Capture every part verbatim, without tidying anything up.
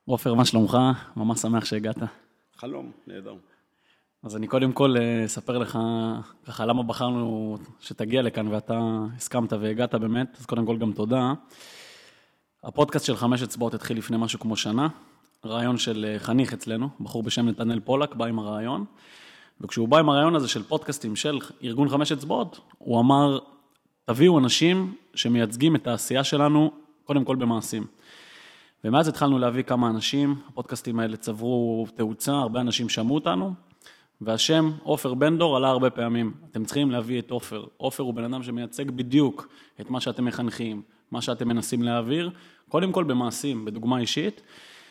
עופר, מה שלומך? ממש שמח שהגעת. חלום, נהדר. אז אני קודם כל אספר לך ככה למה בחרנו שתגיע לכאן ואתה הסכמת והגעת באמת, אז קודם כל גם תודה. הפודקאסט של חמש אצבעות התחיל לפני משהו כמו שנה, רעיון של חניך אצלנו, בחור בשם נתנאל פולק, בא עם הרעיון, וכשהוא בא עם הרעיון הזה של פודקאסטים של ארגון חמש אצבעות, הוא אמר, תביאו אנשים שמייצגים את העשייה שלנו קודם כל במעשים. ומאז התחלנו להביא כמה אנשים, הפודקאסטים האלה צברו תאוצה, הרבה אנשים שמעו אותנו, והשם עופר בן דור עלה הרבה פעמים. אתם צריכים להביא את עופר. עופר הוא בן אדם שמייצג בדיוק את מה שאתם מחנכים, מה שאתם מנסים להעביר, קודם כל במעשים, בדוגמה אישית,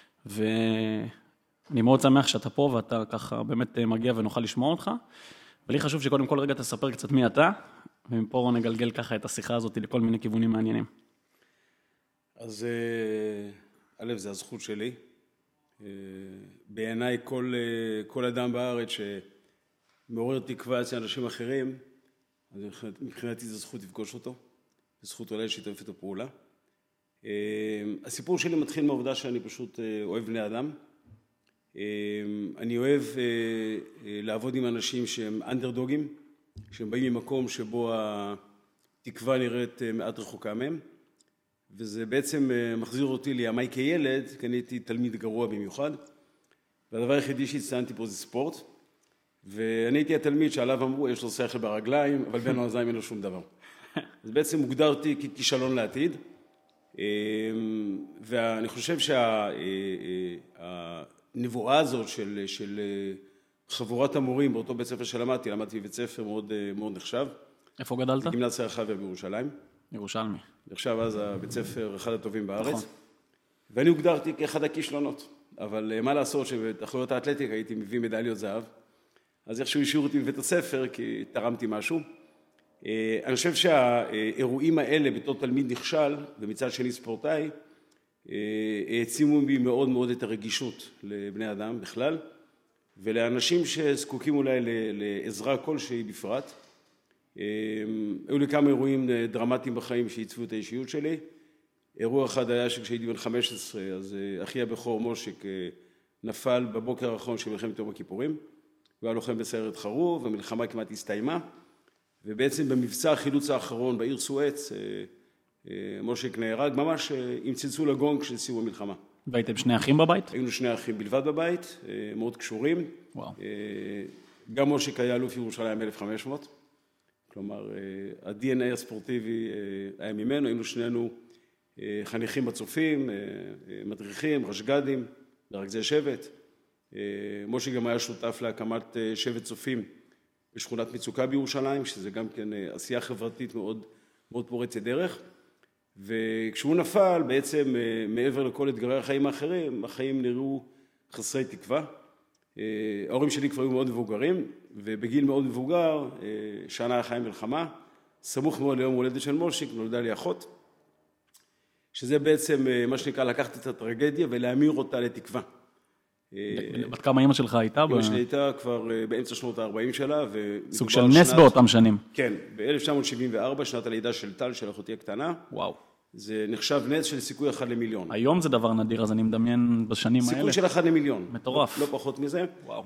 ואני מאוד שמח שאתה פה ואתה ככה באמת מגיע ונוכל לשמוע אותך, ולי חשוב שקודם כל רגע תספר קצת מי אתה, ומפה נגלגל ככה את השיחה הזאת לכל מיני כיוונים מעניינים. אז א', זה הזכות שלי. בעיניי כל, כל אדם בארץ שמעורר תקווה אצל אנשים אחרים, אז מבחינתי זו זכות לפגוש אותו, זכות אולי לשתף את הפעולה. הסיפור שלי מתחיל מהעובדה שאני פשוט אוהב בני אדם. אני אוהב לעבוד עם אנשים שהם אנדרדוגים, שהם באים ממקום שבו התקווה נראית מעט רחוקה מהם. וזה בעצם מחזיר אותי לימיי כילד, כי אני הייתי תלמיד גרוע במיוחד, והדבר היחידי שהצטענתי פה זה ספורט, ואני הייתי התלמיד שעליו אמרו, יש לו שכל ברגליים, אבל בין האוזניים אין לו שום דבר. אז בעצם הוגדרתי ככישלון לעתיד, ואני חושב שהנבואה הזאת של, של חבורת המורים באותו בית ספר שלמדתי, למדתי בבית ספר מאוד, מאוד נחשב. איפה גדלת? בגימנסיה רחביה בירושלים. ירושלמי. עכשיו אז הבית ספר אחד הטובים בארץ, נכון. ואני הוגדרתי כאחד הכישלונות, אבל מה לעשות שבתחרויות האתלטיקה הייתי מביא מדליות זהב, אז איכשהו השאירו אותי בבית הספר כי תרמתי משהו. אני חושב שהאירועים האלה בתור תלמיד נכשל, ומצד שני ספורטאי, העצימו בי מאוד מאוד את הרגישות לבני אדם בכלל, ולאנשים שזקוקים אולי לעזרה כלשהי בפרט. היו לי כמה אירועים דרמטיים בחיים שעיצבו את האישיות שלי. אירוע אחד היה שכשהייתי בן חמש עשרה, אז אחי הבכור מושיק נפל בבוקר האחרון של מלחמת יום הכיפורים. הוא היה לוחם בסיירת חרוב, המלחמה כמעט הסתיימה, ובעצם במבצע החילוץ האחרון בעיר סואץ, מושיק נהרג ממש עם צלצול הגונג של סיום המלחמה. והייתם שני אחים בבית? היינו שני אחים בלבד בבית, מאוד קשורים. וואו. גם מושיק היה אלוף ירושלים אלף וחמש מאות. כלומר, ה-די אן איי הספורטיבי היה ממנו, היינו שנינו חניכים בצופים, מדריכים, רשג"דים, מרכזי שבט. משה גם היה שותף להקמת שבט צופים בשכונת מצוקה בירושלים, שזה גם כן עשייה חברתית מאוד, מאוד פורצת דרך. וכשהוא נפל, בעצם מעבר לכל אתגרי החיים האחרים, החיים נראו חסרי תקווה. ההורים שלי כבר היו מאוד מבוגרים, ובגיל מאוד מבוגר, שנה החיים מלחמה, סמוך מאוד ליום הולדת של מושיק, נולדה לי אחות, שזה בעצם מה שנקרא לקחת את הטרגדיה ולהמיר אותה לתקווה. בת כמה אמא שלך הייתה? אמא שלי הייתה כבר באמצע שנות ה-ארבעים שלה. סוג של נס באותם שנים. כן, ב-אלף תשע מאות שבעים וארבע, שנת הלידה של טל, של אחותי הקטנה. וואו. זה נחשב נס של סיכוי אחד למיליון. היום זה דבר נדיר, אז אני מדמיין בשנים האלה. סיכוי של אחד למיליון. מטורף. לא פחות מזה. וואו.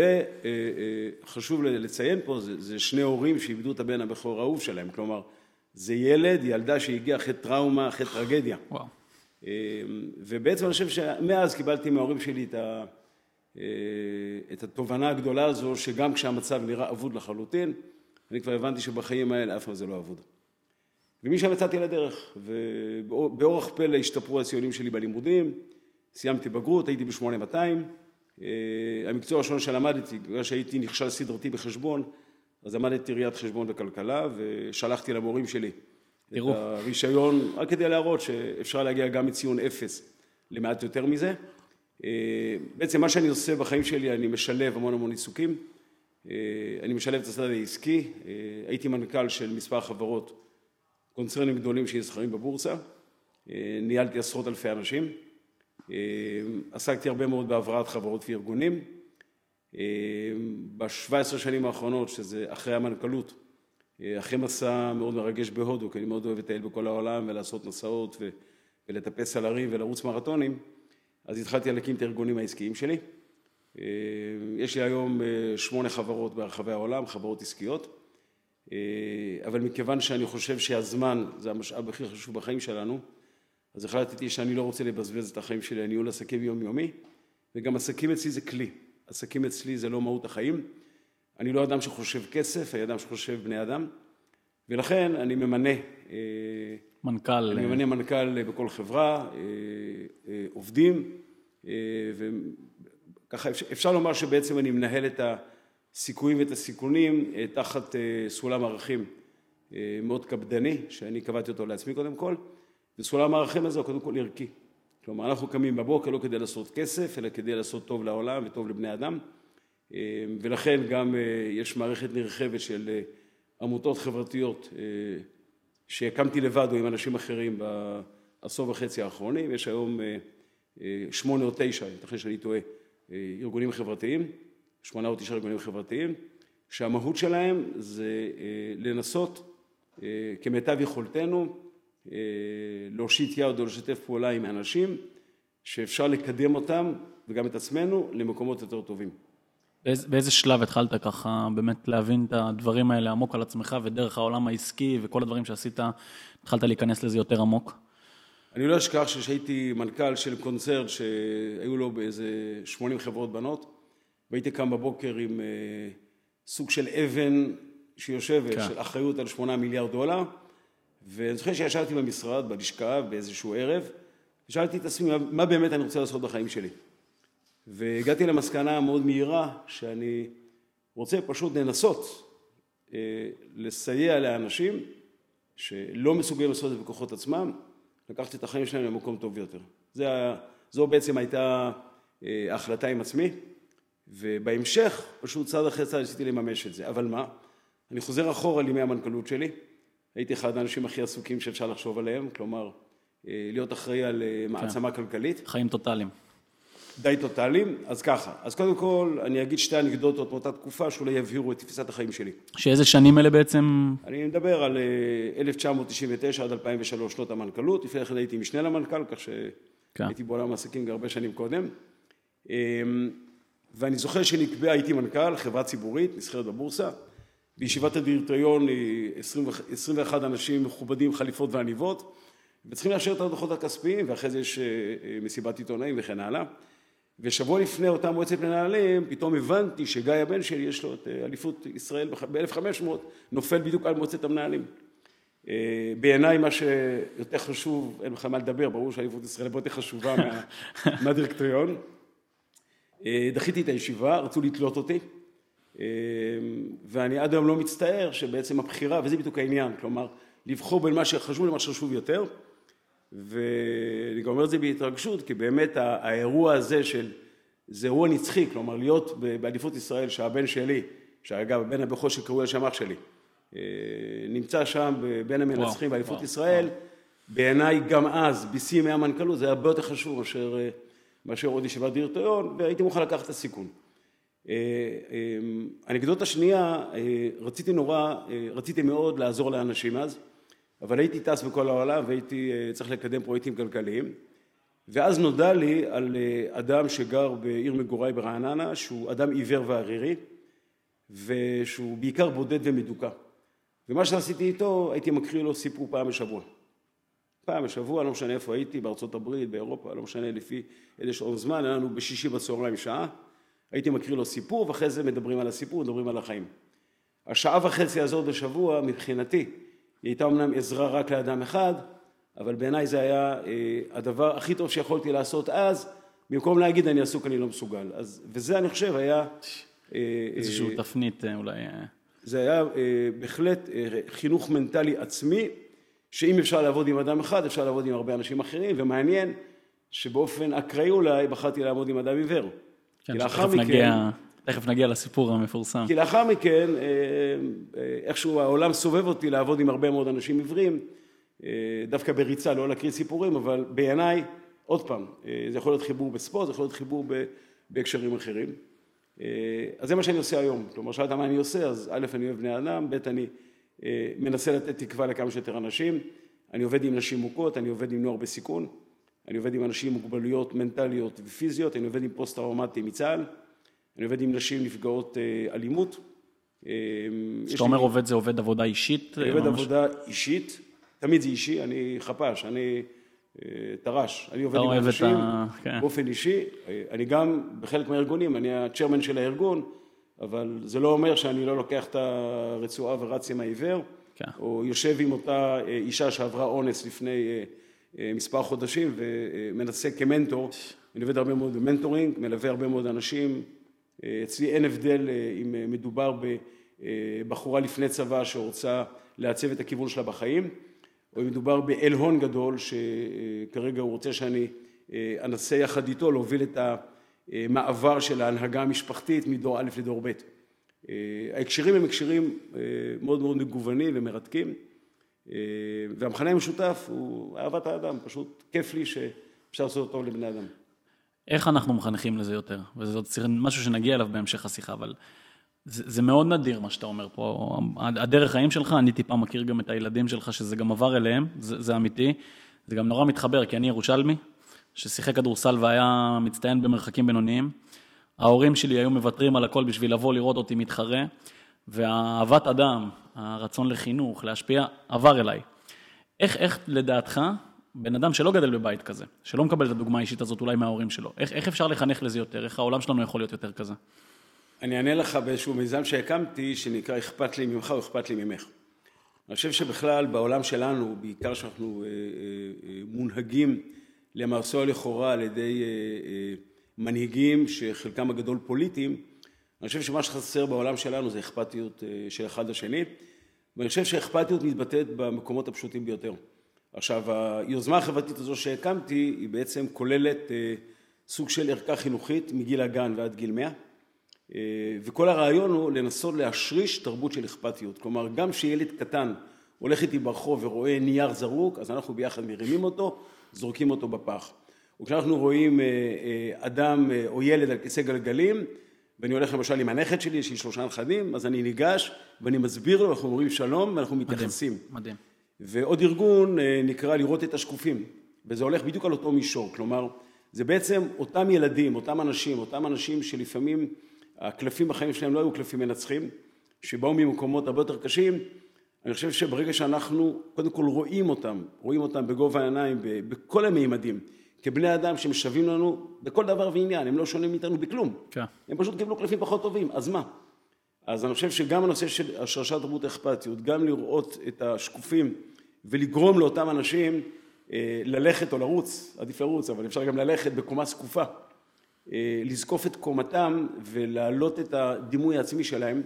וחשוב לציין פה, זה, זה שני הורים שאיבדו את הבן הבכור האהוב שלהם. כלומר, זה ילד, ילדה שהגיעה אחרי טראומה, אחרי טרגדיה. וואו. ובעצם אני חושב שמאז קיבלתי מההורים שלי את, ה, את התובנה הגדולה הזו, שגם כשהמצב נראה אבוד לחלוטין, אני כבר הבנתי שבחיים האלה אף פעם זה לא אבוד. ומשם יצאתי לדרך, ובאורח פלא השתפרו הציונים שלי בלימודים, סיימתי בגרות, הייתי ב-שמונה מאתיים, המקצוע הראשון שלמדתי, בגלל שהייתי נכשל סדרתי בחשבון, אז למדתי ראיית חשבון וכלכלה, ושלחתי למורים שלי תראו. את הרישיון, רק כדי להראות שאפשר להגיע גם מציון אפס למעט יותר מזה. בעצם מה שאני עושה בחיים שלי, אני משלב המון המון עיסוקים, אני משלב את הצד העסקי, הייתי מנכ"ל של מספר חברות, קונצרנים גדולים שיסחרים בבורסה, ניהלתי עשרות אלפי אנשים, עסקתי הרבה מאוד בהבראת חברות וארגונים, ב-שבע עשרה שנים האחרונות, שזה אחרי המנכ"לות, אחרי מסע מאוד מרגש בהודו, כי אני מאוד אוהב לטייל בכל העולם ולעשות מסעות ולטפס על הרים ולרוץ מרתונים, אז התחלתי להקים את הארגונים העסקיים שלי. יש לי היום שמונה חברות ברחבי העולם, חברות עסקיות, אבל מכיוון שאני חושב שהזמן זה המשאב הכי חשוב בחיים שלנו, אז החלטתי שאני לא רוצה לבזבז את החיים שלי, ניהול עסקים יומיומי, וגם עסקים אצלי זה כלי. עסקים אצלי זה לא מהות החיים. אני לא אדם שחושב כסף, אני אדם שחושב בני אדם, ולכן אני ממנה מנכ"ל, אני ממנה מנכ"ל בכל חברה, עובדים, וככה אפשר לומר שבעצם אני מנהל את הסיכויים ואת הסיכונים תחת סולם ערכים מאוד קפדני, שאני קבעתי אותו לעצמי קודם כל, וסולם הערכים הזה הוא קודם כל ערכי. כלומר, אנחנו קמים בבוקר לא כדי לעשות כסף, אלא כדי לעשות טוב לעולם וטוב לבני אדם, ולכן גם יש מערכת נרחבת של עמותות חברתיות שהקמתי לבד או עם אנשים אחרים בעשור וחצי האחרונים. יש היום שמונה או תשע, תכף שאני טועה, ארגונים חברתיים, שמונה או תשע ארגונים חברתיים, שהמהות שלהם זה לנסות כמיטב יכולתנו, להושיט יד או לשתף פעולה עם אנשים שאפשר לקדם אותם וגם את עצמנו למקומות יותר טובים. באיזה, באיזה שלב התחלת ככה באמת להבין את הדברים האלה עמוק על עצמך ודרך העולם העסקי וכל הדברים שעשית, התחלת להיכנס לזה יותר עמוק? אני לא אשכח שהייתי מנכ"ל של קונצרט שהיו לו באיזה שמונים חברות בנות, והייתי קם בבוקר עם סוג של אבן שיושבת, כן. של אחריות על שמונה מיליארד דולר, ואני זוכר שישבתי במשרד, בלשכה, באיזשהו ערב, ושאלתי את עצמי מה באמת אני רוצה לעשות בחיים שלי. והגעתי למסקנה מאוד מהירה שאני רוצה פשוט לנסות לסייע לאנשים שלא מסוגלים לעשות את בכוחות עצמם, לקחתי את החיים שלהם למקום טוב יותר. זה, זו בעצם הייתה ההחלטה עם עצמי, ובהמשך פשוט צעד אחרי צעד ניסיתי לממש את זה. אבל מה? אני חוזר אחורה לימי המנכ"לות שלי, הייתי אחד האנשים הכי עסוקים שאפשר לחשוב עליהם, כלומר, להיות אחראי על מעצמה כן. כלכלית. חיים טוטליים. די טוטליים, אז ככה. אז קודם כל, אני אגיד שתי אנקדוטות מאותה תקופה, שאולי יבהירו את תפיסת החיים שלי. שאיזה שנים אלה בעצם? אני מדבר על אלף תשע מאות תשעים ותשע עד אלפיים ושלוש, שנות המנכ"לות. לפני כן הייתי משנה למנכ"ל, כך שהייתי כן. בעולם העסקים הרבה שנים קודם. ואני זוכר שנקבע, הייתי מנכ"ל, חברה ציבורית, נסחרת בבורסה. בישיבת הדירקטוריון, עשרים ואחד אנשים מכובדים, חליפות ועניבות, וצריכים לאשר את הדוחות הכספיים, ואחרי זה יש מסיבת עיתונאים וכן הלאה. ושבוע לפני אותה מועצת מנהלים, פתאום הבנתי שגיא הבן שלי יש לו את אליפות ישראל ב-אלף וחמש מאות, נופל בדיוק על מועצת המנהלים. בעיניי מה שיותר חשוב, אין בכלל מה לדבר, ברור שאליפות ישראל הרבה יותר חשובה מה, מהדירקטוריון. דחיתי את הישיבה, רצו לתלות אותי, ואני עד היום לא מצטער שבעצם הבחירה, וזה בדיוק העניין, כלומר, לבחור בין מה שחשוב למה שחשוב יותר, ואני גם אומר את זה בהתרגשות, כי באמת האירוע הזה של, זה אירוע נצחי, כלומר להיות באליפות ישראל, שהבן שלי, שאגב, בן הבכור שקראו על שם אח שלי, נמצא שם בין המנצחים באליפות ישראל, בעיניי גם אז, בשיא ימי המנכ"לות, זה היה הרבה יותר חשוב מאשר, מאשר עוד ישיבת דירקטוריון, והייתי מוכן לקחת את הסיכון. האנקדוטה השנייה, רציתי נורא, רציתי מאוד לעזור לאנשים אז, אבל הייתי טס בכל העולם והייתי צריך לקדם פרויקטים כלכליים, ואז נודע לי על אדם שגר בעיר מגוריי ברעננה, שהוא אדם עיוור וערירי, ושהוא בעיקר בודד ומדוכא. ומה שעשיתי איתו, הייתי מקריא לו סיפור פעם בשבוע. פעם בשבוע, לא משנה איפה הייתי, בארצות הברית, באירופה, לא משנה לפי איזה שעון זמן, היה לנו בשישי בצהריים שעה, הייתי מקריא לו סיפור, ואחרי זה מדברים על הסיפור, מדברים על החיים. השעה וחצי הזאת בשבוע, מבחינתי, היא הייתה אמנם עזרה רק לאדם אחד, אבל בעיניי זה היה הדבר הכי טוב שיכולתי לעשות אז, במקום להגיד אני עסוק, אני לא מסוגל. אז, וזה אני חושב היה... איזשהו תפנית אולי... זה היה בהחלט חינוך מנטלי עצמי, שאם אפשר לעבוד עם אדם אחד, אפשר לעבוד עם הרבה אנשים אחרים, ומעניין שבאופן אקראי אולי בחרתי לעבוד עם אדם עיוור. כן, שתכף נגיע, תכף נגיע לסיפור המפורסם. כי לאחר מכן, איכשהו העולם סובב אותי לעבוד עם הרבה מאוד אנשים עיוורים, דווקא בריצה, לא להקריא סיפורים, אבל בעיניי, עוד פעם, זה יכול להיות חיבור בספורט, זה יכול להיות חיבור בהקשרים אחרים. אז זה מה שאני עושה היום. כלומר, שאלת מה אני עושה, אז א', אני אוהב בני אדם, ב', אני מנסה לתת תקווה לכמה שיותר אנשים, אני עובד עם נשים מוכות, אני עובד עם נוער בסיכון, אני עובד עם אנשים עם מוגבלויות מנטליות ופיזיות, אני עובד עם פוסט-טראומטיים מצה"ל, אני עובד עם נשים נפגעות אלימות. כשאתה אומר עובד, זה עובד עבודה אישית? אני עובד עבודה אישית, תמיד זה אישי, אני חפש, אני תרש, אני עובד עם אנשים באופן אישי, אני גם בחלק מהארגונים, אני הצ'רמן של הארגון, אבל זה לא אומר שאני לא לוקח את הרצועה ורץ עם העיוור, או יושב עם אותה אישה שעברה אונס לפני מספר חודשים ומנסה כמנטור, אני עובד הרבה מאוד במנטורינג, מלווה הרבה מאוד אנשים, אצלי אין הבדל אם מדובר בבחורה לפני צבא שרוצה לעצב את הכיוון שלה בחיים, או אם מדובר באל הון גדול שכרגע הוא רוצה שאני אנסה יחד איתו להוביל את המעבר של ההנהגה המשפחתית מדור א' לדור ב'. ההקשרים הם הקשרים מאוד מאוד מגוונים ומרתקים, והמכנה המשותף הוא אהבת האדם, פשוט כיף לי שאפשר לעשות אותו לבני אדם. איך אנחנו מחנכים לזה יותר? וזה משהו שנגיע אליו בהמשך השיחה, אבל זה, זה מאוד נדיר מה שאתה אומר פה. הדרך חיים שלך, אני טיפה מכיר גם את הילדים שלך, שזה גם עבר אליהם, זה, זה אמיתי. זה גם נורא מתחבר, כי אני ירושלמי, ששיחק כדורסל והיה מצטיין במרחקים בינוניים. ההורים שלי היו מוותרים על הכל בשביל לבוא לראות אותי מתחרה, והאהבת אדם, הרצון לחינוך, להשפיע, עבר אליי. איך, איך לדעתך, בן אדם שלא גדל בבית כזה, שלא מקבל את הדוגמה האישית הזאת אולי מההורים שלו, איך, איך אפשר לחנך לזה יותר? איך העולם שלנו יכול להיות יותר כזה? אני אענה לך באיזשהו מיזם שהקמתי, שנקרא אכפת לי ממך או אכפת לי ממך. אני חושב שבכלל בעולם שלנו, בעיקר שאנחנו אה, אה, מונהגים למעשה לכאורה על ידי אה, אה, מנהיגים שחלקם הגדול פוליטיים, אני חושב שמה שחסר בעולם שלנו זה אכפתיות אה, של אחד לשני, ואני חושב שאכפתיות מתבטאת במקומות הפשוטים ביותר. עכשיו, היוזמה החברתית הזו שהקמתי היא בעצם כוללת אה, סוג של ערכה חינוכית מגיל הגן ועד גיל מאה, אה, וכל הרעיון הוא לנסות להשריש תרבות של אכפתיות. כלומר, גם שילד קטן הולך איתי ברחוב ורואה נייר זרוק, אז אנחנו ביחד מרימים אותו, זורקים אותו בפח. וכשאנחנו רואים אה, אה, אדם אה, או ילד על כיסא גלגלים, ואני הולך למשל עם הנכד שלי, יש לי שלושה נכדים, אז אני ניגש ואני מסביר לו, אנחנו אומרים שלום ואנחנו מתייחסים. מדהים, מדהים. ועוד ארגון נקרא לראות את השקופים, וזה הולך בדיוק על אותו מישור, כלומר, זה בעצם אותם ילדים, אותם אנשים, אותם אנשים שלפעמים הקלפים בחיים שלהם לא היו קלפים מנצחים, שבאו ממקומות הרבה יותר קשים. אני חושב שברגע שאנחנו קודם כל רואים אותם, רואים אותם בגובה העיניים, בכל המימדים, כבני אדם שמשווים לנו בכל דבר ועניין, הם לא שונים מאיתנו בכלום. כן. הם פשוט קיבלו קלפים פחות טובים, אז מה? אז אני חושב שגם הנושא של השרשת תרבות האכפתיות, גם לראות את השקופים ולגרום לאותם אנשים ללכת או לרוץ, עדיף לרוץ, אבל אפשר גם ללכת בקומה סקופה, לזקוף את קומתם ולהעלות את הדימוי העצמי שלהם,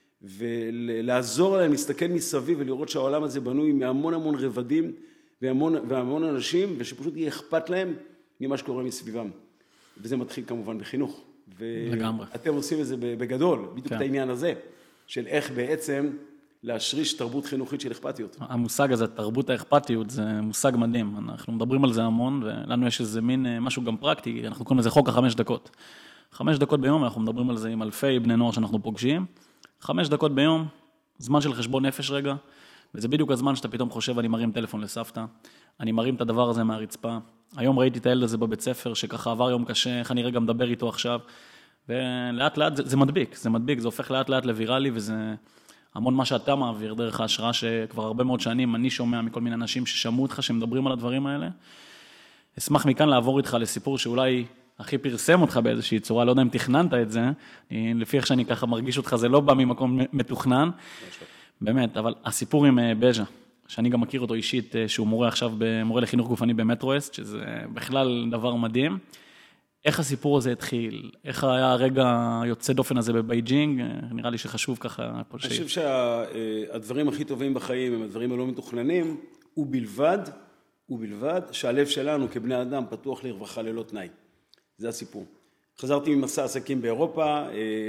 ולעזור להם להסתכל מסביב ולראות שהעולם הזה בנוי מהמון המון רבדים והמון, והמון אנשים, ושפשוט יהיה אכפת להם ממה שקורה מסביבם. וזה מתחיל כמובן בחינוך. לגמרי. ואתם עושים את זה בגדול, בדיוק כן. את העניין הזה, של איך בעצם להשריש תרבות חינוכית של אכפתיות. המושג הזה, תרבות האכפתיות, זה מושג מדהים. אנחנו מדברים על זה המון, ולנו יש איזה מין משהו גם פרקטי, אנחנו קוראים לזה חוק החמש דקות. חמש דקות ביום, אנחנו מדברים על זה עם אלפי בני נוער שאנחנו פוגשים. חמש דקות ביום, זמן של חשבון נפש רגע, וזה בדיוק הזמן שאתה פתאום חושב, אני מרים טלפון לסבתא, אני מרים את הדבר הזה מהרצפה. היום ראיתי את הילד הזה בבית ספר, שככה עבר יום קשה, איך אני רגע מדבר איתו עכשיו, ולאט לאט זה, זה מדביק, זה מדביק, זה הופך לאט לאט לוויראלי, וזה המון מה שאתה מעביר דרך ההשראה, שכבר הרבה מאוד שנים אני שומע מכל מיני אנשים ששמעו אותך, שמדברים על הדברים האלה. אשמח מכאן לעבור איתך לסיפור שאולי הכי פרסם אותך באיזושהי צורה, לא יודע אם תכננת את זה, לפי איך שאני ככה מרגיש אותך, זה לא בא ממקום מתוכנן, באמת, אבל הסיפור עם בז'ה, שאני גם מכיר אותו אישית, שהוא מורה עכשיו, מורה לחינוך גופני במטרו-אסט, שזה בכלל דבר מדהים. איך הסיפור הזה התחיל? איך היה הרגע יוצא דופן הזה בבייג'ינג? נראה לי שחשוב ככה. אני חושב שהדברים הכי טובים בחיים הם הדברים הלא מתוכננים, ובלבד, ובלבד שהלב שלנו כבני אדם פתוח לרווחה ללא תנאי. זה הסיפור. חזרתי ממסע עסקים באירופה,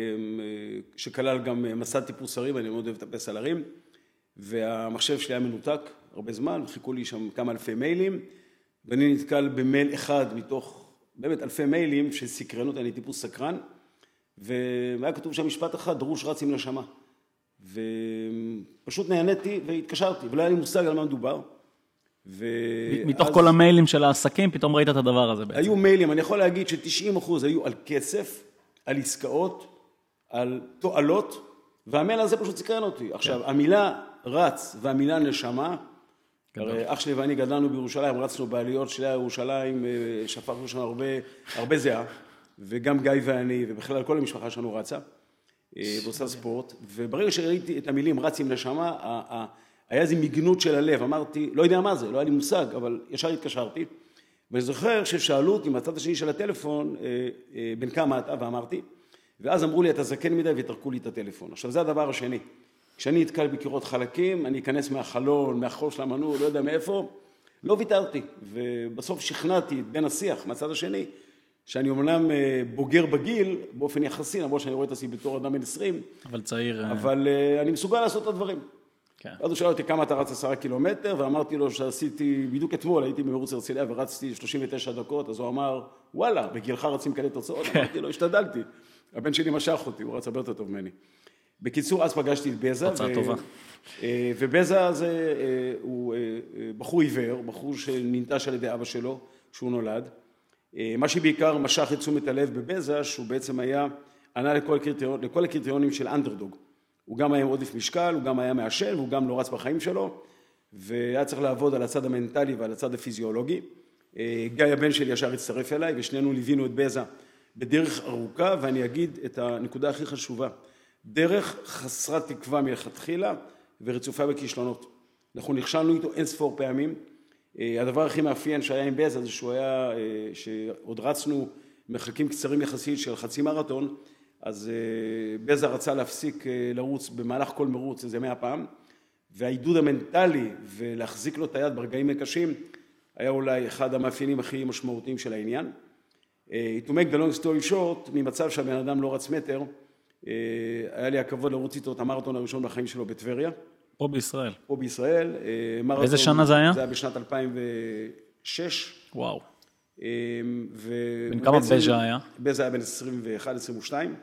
שכלל גם מסע טיפוס הרים, אני מאוד אוהב לטפס על הרים, והמחשב שלי היה מנותק הרבה זמן, חיכו לי שם כמה אלפי מיילים, ואני נתקל במייל אחד מתוך באמת אלפי מיילים שסקרנו אותי, אני טיפוס סקרן, והיה כתוב שם משפט אחד, דרוש רץ עם נשמה. ופשוט נהניתי והתקשרתי, ולא היה לי מושג על מה מדובר. ו... מתוך אז... כל המיילים של העסקים, פתאום ראית את הדבר הזה בעצם. היו מיילים, אני יכול להגיד ש-תשעים אחוז היו על כסף, על עסקאות, על תועלות, והמייל הזה פשוט סקרן אותי. כן. עכשיו, המילה רץ והמילה נשמה, הרי אח שלי ואני גדלנו בירושלים, רצנו בעליות שלי ירושלים, שפכנו שם הרבה, הרבה זהה, וגם גיא ואני, ובכלל כל המשפחה שלנו רצה, ועושה ספורט, וברגע שראיתי את המילים רץ עם נשמה, היה איזו מגנות של הלב, אמרתי, לא יודע מה זה, לא היה לי מושג, אבל ישר התקשרתי, ואני זוכר ששאלו אותי מהצד השני של הטלפון, בן כמה אתה, ואמרתי, ואז אמרו לי, אתה זקן מדי, ותרקו לי את הטלפון. עכשיו, זה הדבר השני. כשאני אתקל בקירות חלקים, אני אכנס מהחלון, מהחור של המנור, לא יודע מאיפה, לא ויתרתי, ובסוף שכנעתי את בן השיח מהצד השני, שאני אומנם בוגר בגיל, באופן יחסי, למרות שאני רואה את עצמי בתור אדם בן עשרים, אבל צעיר. אבל אני מסוגל לעשות את הדברים. כן. אז הוא שאל אותי כמה אתה רץ עשרה קילומטר, ואמרתי לו שעשיתי, בדיוק אתמול הייתי במרוץ הרצליה ורצתי שלושים ותשע דקות, אז הוא אמר, וואלה, בגילך רצים כאלה תוצאות, אמרתי לו, השתדלתי. הבן שלי משך אותי, הוא רץ הרבה יותר טוב ממני. בקיצור, אז פגשתי את בזה. תוצאה טובה. ובזה הזה הוא בחור עיוור, בחור שננטש על ידי אבא שלו, כשהוא נולד. מה שבעיקר משך את תשומת הלב בבזה, שהוא בעצם היה, ענה לכל הקריטריון, לכל הקריטריונים של אנדרדוג. הוא גם היה עם עודף משקל, הוא גם היה מעשן, והוא גם לא רץ בחיים שלו, והיה צריך לעבוד על הצד המנטלי ועל הצד הפיזיולוגי. גיא הבן שלי ישר הצטרף אליי, ושנינו ליווינו את בזה בדרך ארוכה, ואני אגיד את הנקודה הכי חשובה. דרך חסרת תקווה מלכתחילה, ורצופה בכישלונות. אנחנו נכשלנו איתו אין ספור פעמים. הדבר הכי מאפיין שהיה עם בזה, זה שהוא היה, שעוד רצנו מרחקים קצרים יחסית של חצי מרתון, אז בזה רצה להפסיק לרוץ במהלך כל מרוץ, איזה מאה פעם, והעידוד המנטלי ולהחזיק לו את היד ברגעים הקשים, היה אולי אחד המאפיינים הכי משמעותיים של העניין. To make the long story short, ממצב שהבן אדם לא רץ מטר, היה לי הכבוד לרוץ איתו את המרתון הראשון בחיים שלו בטבריה. פה בישראל. פה בישראל. באיזה שנה זה היה? זה היה בשנת אלפיים ושש. וואו. ו... בן כמה בזה היה? בזה היה בן עשרים ואחת עשרים ושתיים.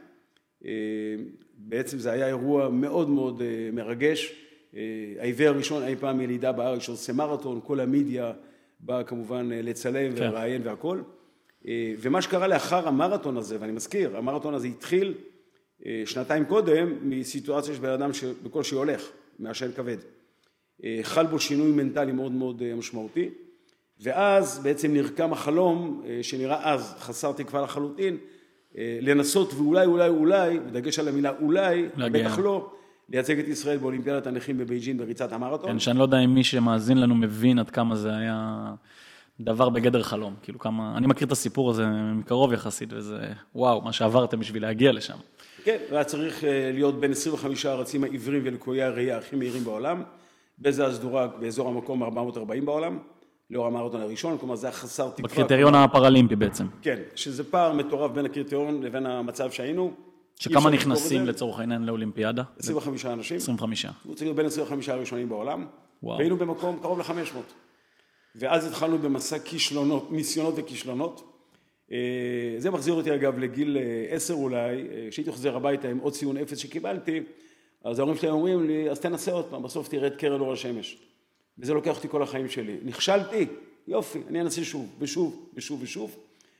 בעצם זה היה אירוע מאוד מאוד מרגש. העיוור הראשון אי פעם ילידה בארץ שעושה מרתון, כל המדיה באה כמובן לצלם כן. ולראיין והכל. ומה שקרה לאחר המרתון הזה, ואני מזכיר, המרתון הזה התחיל שנתיים קודם מסיטואציה של בן אדם שבקושי הולך, מעשן כבד. חל בו שינוי מנטלי מאוד מאוד משמעותי, ואז בעצם נרקם החלום שנראה אז חסר תקווה לחלוטין, לנסות ואולי אולי אולי, בדגש על המילה אולי, בטח לא, לייצג את ישראל באולימפיאדת הנכים בבייג'ין בריצת המרתון. כן, שאני לא יודע אם מי שמאזין לנו מבין עד כמה זה היה דבר בגדר חלום, כאילו כמה, אני מכיר את הסיפור הזה מקרוב יחסית, וזה וואו, מה שעברתם בשביל להגיע לשם. כן, והיה צריך להיות בין עשרים וחמישה הרצים העיוורים ולקויי הראייה הכי מהירים בעולם, בזה אז דורג באזור המקום ארבע מאות וארבעים בעולם, לאור המרתון הראשון, כלומר זה היה חסר תקווה. בקריטריון הפראלימפי בעצם. כן, שזה פער מטורף בין הקריטריון לבין המצב שהיינו. שכמה נכנסים לצורך העניין לאולימפיאדה? עשרים וחמישה אנשים. עשרים וחמישה. הוא צריך להיות בין עשרים וחמישה הראשונים בעולם. וואו. והיינו במקום קרוב ל-חמש מאות. ואז התחלנו במסע כישלונות, ניסיונות וכישלונות. זה מחזיר אותי אגב לגיל עשר אולי, כשהייתי חוזר הביתה עם עוד ציון אפס שקיבלתי, אז ההורים שלי אומרים לי, אז תנסה עוד פעם, בסוף תראה את קרן אור השמש. וזה לוקח אותי כל החיים שלי. נכשלתי, יופי, אני אנסה שוב, ושוב, ושוב, ושוב.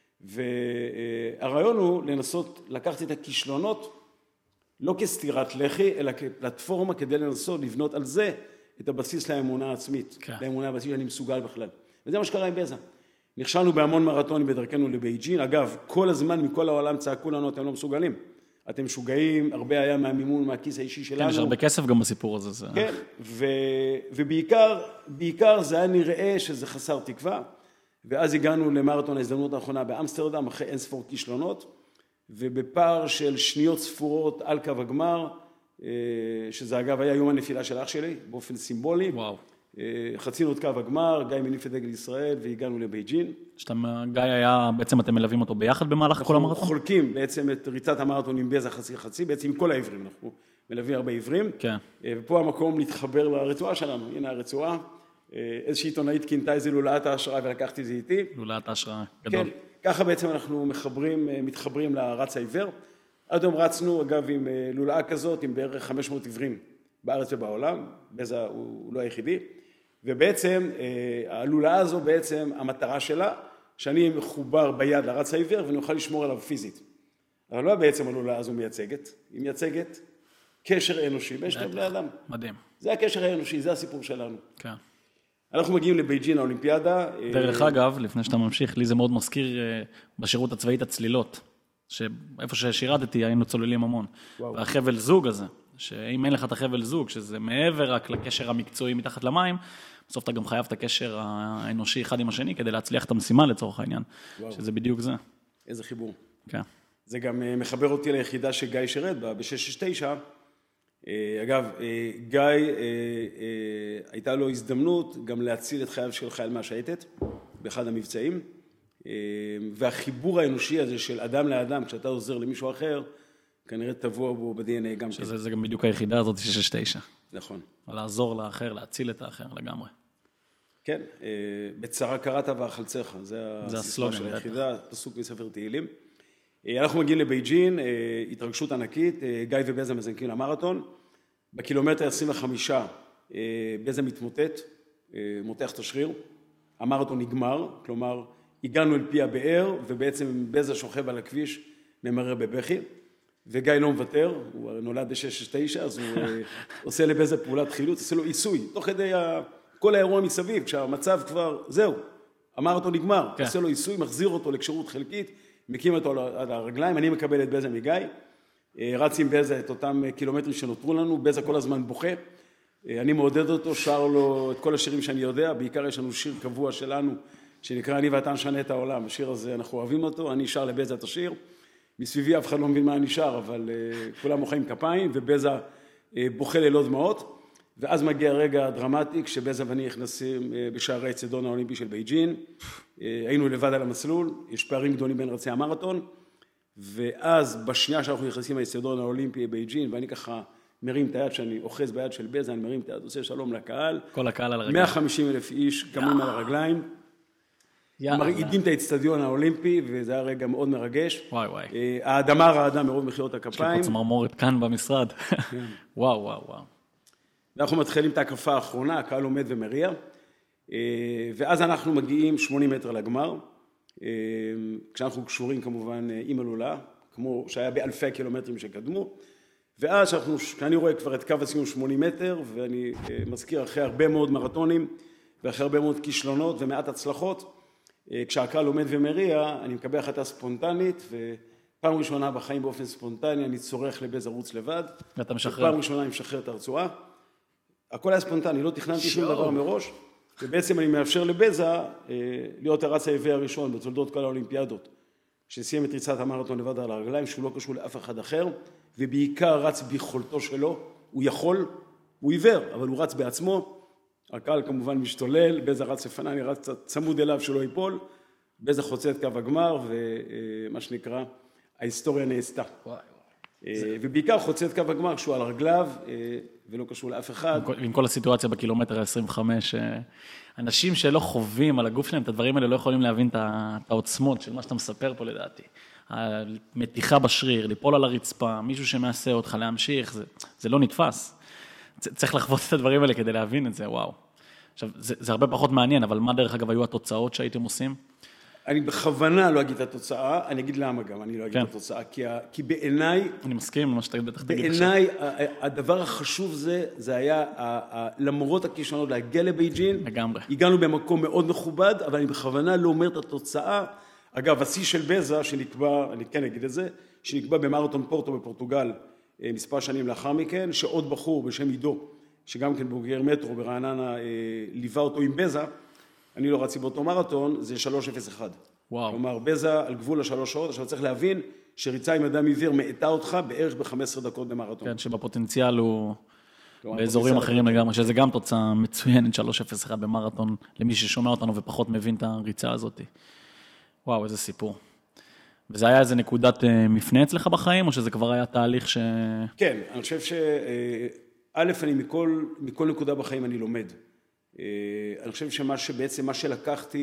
והרעיון הוא לנסות לקחת את הכישלונות, לא כסתירת לחי, אלא כפלטפורמה כדי לנסות לבנות על זה את הבסיס לאמונה העצמית, כן. לאמונה הבסיס שאני מסוגל בכלל. וזה מה שקרה עם בזה. נכשלנו בהמון מרתונים בדרכנו לבייג'ין. אגב, כל הזמן מכל העולם צעקו לנו, אתם לא מסוגלים. אתם משוגעים, הרבה היה מהמימון, מהכיס האישי שלנו. כן, יש הרבה כסף גם בסיפור הזה. זה... כן, ו... ובעיקר, בעיקר זה היה נראה שזה חסר תקווה. ואז הגענו למרתון ההזדמנות האחרונה באמסטרדם, אחרי אין ספור כישלונות, ובפער של שניות ספורות על קו הגמר, שזה אגב היה יום הנפילה של אח שלי, באופן סימבולי. וואו. חצינו את קו הגמר, גיא מניף את דגל ישראל, והגענו לבייג'ין. שאתה, גיא היה, בעצם אתם מלווים אותו ביחד במהלך כל המרתון? אנחנו חולקים בעצם את ריצת המרתון עם בזה חצי חצי, בעצם עם כל העברים, אנחנו מלווים הרבה עברים. כן. ופה המקום להתחבר לרצועה שלנו, הנה הרצועה. איזושהי עיתונאית כינתה איזה לולאת ההשראה ולקחתי זה איתי. לולאת ההשראה, גדול. כן, ככה בעצם אנחנו מחברים, מתחברים לרץ העיוור. עד היום רצנו, אגב, עם לולאה כזאת, עם בערך חמש מאות עיוורים בארץ ובעולם, בזה הוא לא היחידי. ובעצם, הלולאה הזו בעצם, המטרה שלה, שאני מחובר ביד לרץ העיוור, ואני אוכל לשמור עליו פיזית. אבל לא בעצם הלולאה הזו מייצגת, היא מייצגת קשר אנושי בין שני בני אדם. מדהים. זה הקשר האנושי, זה הסיפור שלנו. כן. אנחנו מגיעים לבייג'ין, האולימפיאדה. דרך אגב, לפני שאתה ממשיך, לי זה מאוד מזכיר בשירות הצבאית הצלילות, שאיפה ששירתתי היינו צוללים המון. והחבל זוג הזה, שאם אין לך את החבל זוג, שזה מעבר רק לקשר המקצועי מתחת למים, בסוף אתה גם חייב את הקשר האנושי אחד עם השני, כדי להצליח את המשימה לצורך העניין, שזה בדיוק זה. איזה חיבור. כן. זה גם מחבר אותי ליחידה שגיא שירת בה, ב-שש שש תשע. אגב, גיא, הייתה לו הזדמנות גם להציל את חייו של חייל מהשייטת, באחד המבצעים, והחיבור האנושי הזה של אדם לאדם, כשאתה עוזר למישהו אחר, כנראה תבוא בו ב-די אן איי גם. שזה זה גם בדיוק היחידה הזאת, שש שש תשע. נכון. לעזור לאחר, להציל את האחר לגמרי. כן, בצרה קראת ואכלצך, זה הסיסמה של היחידה, פסוק מספר תהילים. אנחנו מגיעים לבייג'ין, התרגשות ענקית, גיא ובזה מזנקים למרתון, בקילומטר עשרים וחמישה בזה מתמוטט, מותח את השריר, המרתון נגמר, כלומר הגענו אל פי הבאר ובעצם בזה שוכב על הכביש ממרר בבכי, וגיא לא מוותר, הוא נולד ב-שש שש תשע, אז הוא עושה לבזה פעולת חילוץ, עושה לו עיסוי, תוך כדי כל האירוע מסביב, כשהמצב כבר, זהו, המרתון נגמר, כן. עושה לו עיסוי, מחזיר אותו לקשרות חלקית, מקים אותו על הרגליים, אני מקבל את בזה מגיא, רץ עם בזה את אותם קילומטרים שנותרו לנו, בזה כל הזמן בוכה, אני מעודד אותו, שר לו את כל השירים שאני יודע, בעיקר יש לנו שיר קבוע שלנו, שנקרא אני ואתה נשנה את העולם, השיר הזה אנחנו אוהבים אותו, אני שר לבזה את השיר, מסביבי אף אחד לא מבין מה אני שר, אבל כולם מוחאים כפיים, ובזה בוכה ללא דמעות, ואז מגיע רגע דרמטי, כשבזה ואני נכנסים בשערי האצטדיון האולימפי של בייג'ין, היינו לבד על המסלול, יש פערים גדולים בין רצי המרתון, ואז בשנייה שאנחנו נכנסים לאצטדיון האולימפי בבייג'ין, ואני ככה מרים את היד, שאני אוחז ביד של בזה, אני מרים את היד, עושה שלום לקהל. כל הקהל על הרגליים. מאה וחמישים אלף איש קמים על הרגליים. מרעידים את האצטדיון האולימפי, וזה היה רגע מאוד מרגש. וואי וואי. האדמה רעדה מרוב מחיאות הכפיים. יש לי פה צמרמורת כאן במשרד. וואו וואו וואו. ואנחנו מתחילים את ההקפה האחרונה, הקהל עומד ומריע, ואז אנחנו מגיעים שמונים מטר לגמר, כשאנחנו קשורים כמובן עם הלולאה, כמו שהיה באלפי הקילומטרים שקדמו, ואז שאנחנו, כשאני רואה כבר את קו הסיום שמונים מטר, ואני מזכיר אחרי הרבה מאוד מרתונים, ואחרי הרבה מאוד כישלונות ומעט הצלחות, כשהקהל עומד ומריע, אני מקבל החלטה ספונטנית, ופעם ראשונה בחיים באופן ספונטני, אני צורך לבז ערוץ לבד. ואתה משחרר. ופעם ראשונה אני משחרר את הרצועה. הכל היה ספונטני, לא תכננתי שום דבר מראש, ובעצם אני מאפשר לבזה להיות הרץ העיוור הראשון בתולדות כל האולימפיאדות, שסיים את ריצת המרתון לבד על הרגליים, שהוא לא קשור לאף אחד אחר, ובעיקר רץ ביכולתו שלו, הוא יכול, הוא עיוור, אבל הוא רץ בעצמו, הקהל כמובן משתולל, בזה רץ לפני, אני רץ צמוד אליו שלא ייפול, בזה חוצה את קו הגמר, ומה שנקרא, ההיסטוריה נעשתה. ובעיקר חוצה את קו הגמר כשהוא על הרגליו, ולא קשור לאף אחד. עם כל הסיטואציה בקילומטר ה-עשרים וחמש, אנשים שלא חווים על הגוף שלהם את הדברים האלה, לא יכולים להבין את העוצמות של מה שאתה מספר פה לדעתי. המתיחה בשריר, ליפול על הרצפה, מישהו שמעשה אותך להמשיך, זה, זה לא נתפס. צריך לחוות את הדברים האלה כדי להבין את זה, וואו. עכשיו, זה, זה הרבה פחות מעניין, אבל מה דרך אגב היו התוצאות שהייתם עושים? אני בכוונה לא אגיד את התוצאה, אני אגיד למה גם, אני לא אגיד כן. את התוצאה, כי, כי בעיניי... אני מסכים עם מה שאתה בטח תגיד עכשיו. בעיניי, הדבר החשוב זה, זה היה, למרות הכישלונות, להגיע לבייג'ין. לגמרי. הגענו במקום מאוד מכובד, אבל אני בכוונה לא אומר את התוצאה. אגב, השיא של בזה, שנקבע, אני כן אגיד את זה, שנקבע במרתון פורטו בפורטוגל, מספר שנים לאחר מכן, שעוד בחור בשם עידו, שגם כן בוגר מטרו ברעננה, ליווה אותו עם בזה, אני לא רצי באותו מרתון, זה שלוש אפס אחת. וואו. כלומר, בזה על גבול השלוש שעות, עכשיו צריך להבין שריצה עם אדם עיוור מאטה אותך בערך ב-חמש עשרה דקות במרתון. כן, שבפוטנציאל הוא באזורים אחרים לגמרי, שזה גם תוצאה מצוינת, שלוש אפס אחת במרתון, למי ששומע אותנו ופחות מבין את הריצה הזאת. וואו, איזה סיפור. וזה היה איזה נקודת מפנה אצלך בחיים, או שזה כבר היה תהליך ש... כן, אני חושב ש... א', אני מכל, מכל נקודה בחיים אני לומד. אני חושב שמה שבעצם, מה שלקחתי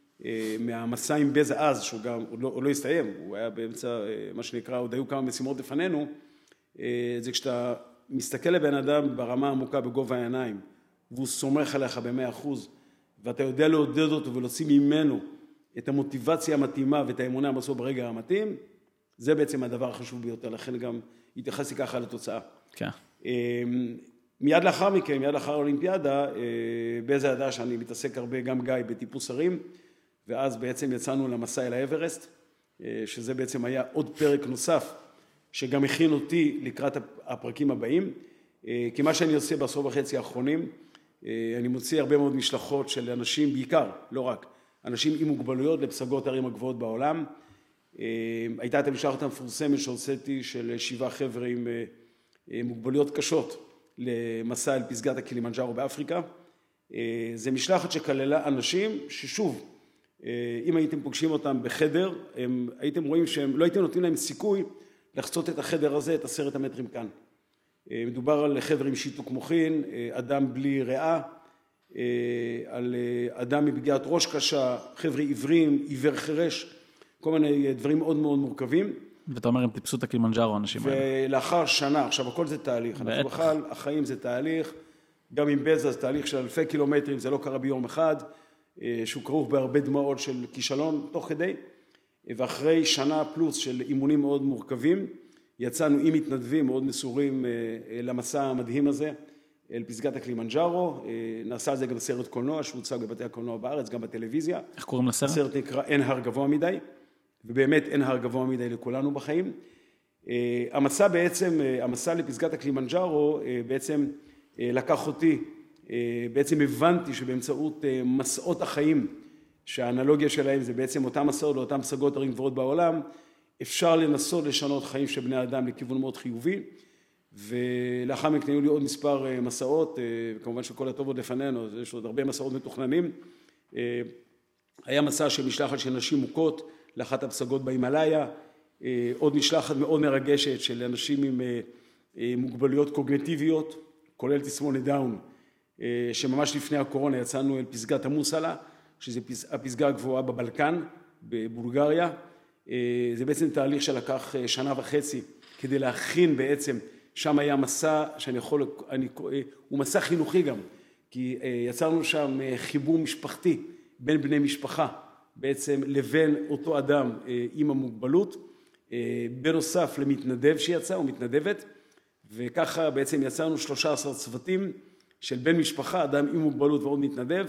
מהמסע עם בזה אז, שהוא גם, הוא לא, הוא לא הסתיים, הוא היה באמצע, מה שנקרא, עוד היו כמה משימות לפנינו, זה כשאתה מסתכל לבן אדם ברמה עמוקה בגובה העיניים, והוא סומך עליך ב-מאה אחוז, ואתה יודע לעודד אותו ולהוציא ממנו את המוטיבציה המתאימה ואת האמונה בסוף ברגע המתאים, זה בעצם הדבר החשוב ביותר, לכן גם התייחסתי ככה לתוצאה. כן. מיד לאחר מכן, מיד לאחר האולימפיאדה, באיזה ידע שאני מתעסק הרבה, גם גיא, בטיפוס הרים, ואז בעצם יצאנו למסע אל האברסט, שזה בעצם היה עוד פרק נוסף, שגם הכין אותי לקראת הפרקים הבאים, כי מה שאני עושה בעשור וחצי האחרונים, אני מוציא הרבה מאוד משלחות של אנשים, בעיקר, לא רק, אנשים עם מוגבלויות לפסגות הערים הגבוהות בעולם. הייתה את המשלחת המפורסמת שהוצאתי של שבעה חבר'ה עם מוגבלויות קשות למסע אל פסגת הקילימנג'ארו באפריקה. זה משלחת שכללה אנשים ששוב, אם הייתם פוגשים אותם בחדר, הם, הייתם רואים שהם לא הייתם נותנים להם סיכוי לחצות את החדר הזה, את עשרת המטרים כאן. מדובר על חבר עם שיתוק מוחין, אדם בלי ריאה, על אדם מפגיעת ראש קשה, חבר'ה עיוורים, עיוור חירש, כל מיני דברים מאוד מאוד מורכבים. ואתה אומר, הם טיפסו את הקילימנג'ארו, האנשים האלה. ולאחר שנה, עכשיו הכל זה תהליך. אנחנו בכלל, החיים זה תהליך, גם עם בזה זה תהליך של אלפי קילומטרים, זה לא קרה ביום אחד, שהוא כרוך בהרבה דמעות של כישלון תוך כדי, ואחרי שנה פלוס של אימונים מאוד מורכבים, יצאנו עם מתנדבים מאוד מסורים למסע המדהים הזה, אל פסגת הקילימנג'ארו, נעשה על זה גם סרט קולנוע, שהוצג בבתי הקולנוע בארץ, גם בטלוויזיה. איך קוראים לסרט? הסרט נקרא אין הר גבוה מדי, ובאמת אין הר גבוה מדי לכולנו בחיים. המסע בעצם, המסע לפסגת הקילימנג'ארו בעצם לקח אותי, בעצם הבנתי שבאמצעות מסעות החיים, שהאנלוגיה שלהם זה בעצם אותם מסעות לאותם פסגות ערים גבוהות בעולם, אפשר לנסות לשנות חיים של בני אדם לכיוון מאוד חיובי, ולאחר מכן היו לי עוד מספר מסעות, כמובן שכל הטוב עוד לפנינו, יש עוד הרבה מסעות מתוכננים. היה מסע של משלחת של נשים מוכות, לאחת הפסגות בהימאליה, עוד משלחת מאוד מרגשת של אנשים עם מוגבלויות קוגניטיביות, כולל תסמונת דאון, שממש לפני הקורונה יצאנו אל פסגת המוסלה, שזה הפסגה הגבוהה בבלקן, בבולגריה. זה בעצם תהליך שלקח שנה וחצי כדי להכין בעצם, שם היה מסע שאני יכול, אני, הוא מסע חינוכי גם, כי יצרנו שם חיבור משפחתי בין בני משפחה, בעצם לבין אותו אדם עם המוגבלות, בנוסף למתנדב שיצא או מתנדבת, וככה בעצם יצרנו שלושה עשר צוותים של בן משפחה, אדם עם מוגבלות ועוד מתנדב,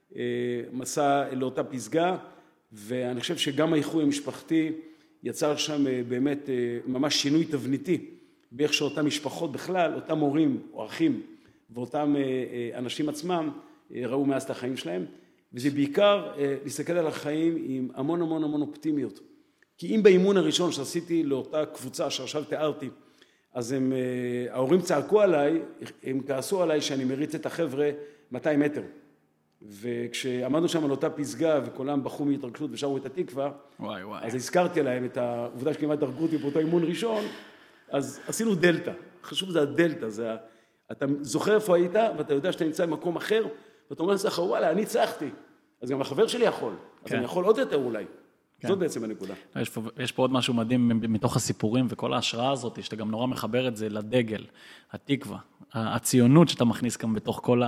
מסע לאותה פסגה, ואני חושב שגם האיחוי המשפחתי יצר שם באמת ממש שינוי תבניתי, באיך שאותם משפחות בכלל, אותם הורים או אחים ואותם אנשים עצמם ראו מאז את החיים שלהם, וזה בעיקר להסתכל על החיים עם המון המון המון אופטימיות. כי אם באימון הראשון שעשיתי לאותה קבוצה שעכשיו תיארתי, אז הם, ההורים צעקו עליי, הם כעסו עליי שאני מריץ את החבר'ה מאתיים מטר. וכשעמדנו שם על אותה פסגה וכולם בחו מהתרגשות ושרו את התקווה, וואי, וואי. אז הזכרתי עליהם את העובדה שכמעט דרגו אותי באותו אימון ראשון, אז עשינו דלטה. חשוב זה הדלטה, זה, אתה זוכר איפה היית ואתה יודע שאתה נמצא במקום אחר, ואתה אומר לך, וואלה, אני הצלחתי. אז גם החבר שלי יכול, אז אני יכול עוד יותר אולי. זאת בעצם הנקודה. יש פה, יש פה עוד משהו מדהים מתוך הסיפורים, וכל ההשראה הזאת, שאתה גם נורא מחבר את זה לדגל, התקווה, הציונות שאתה מכניס גם בתוך כל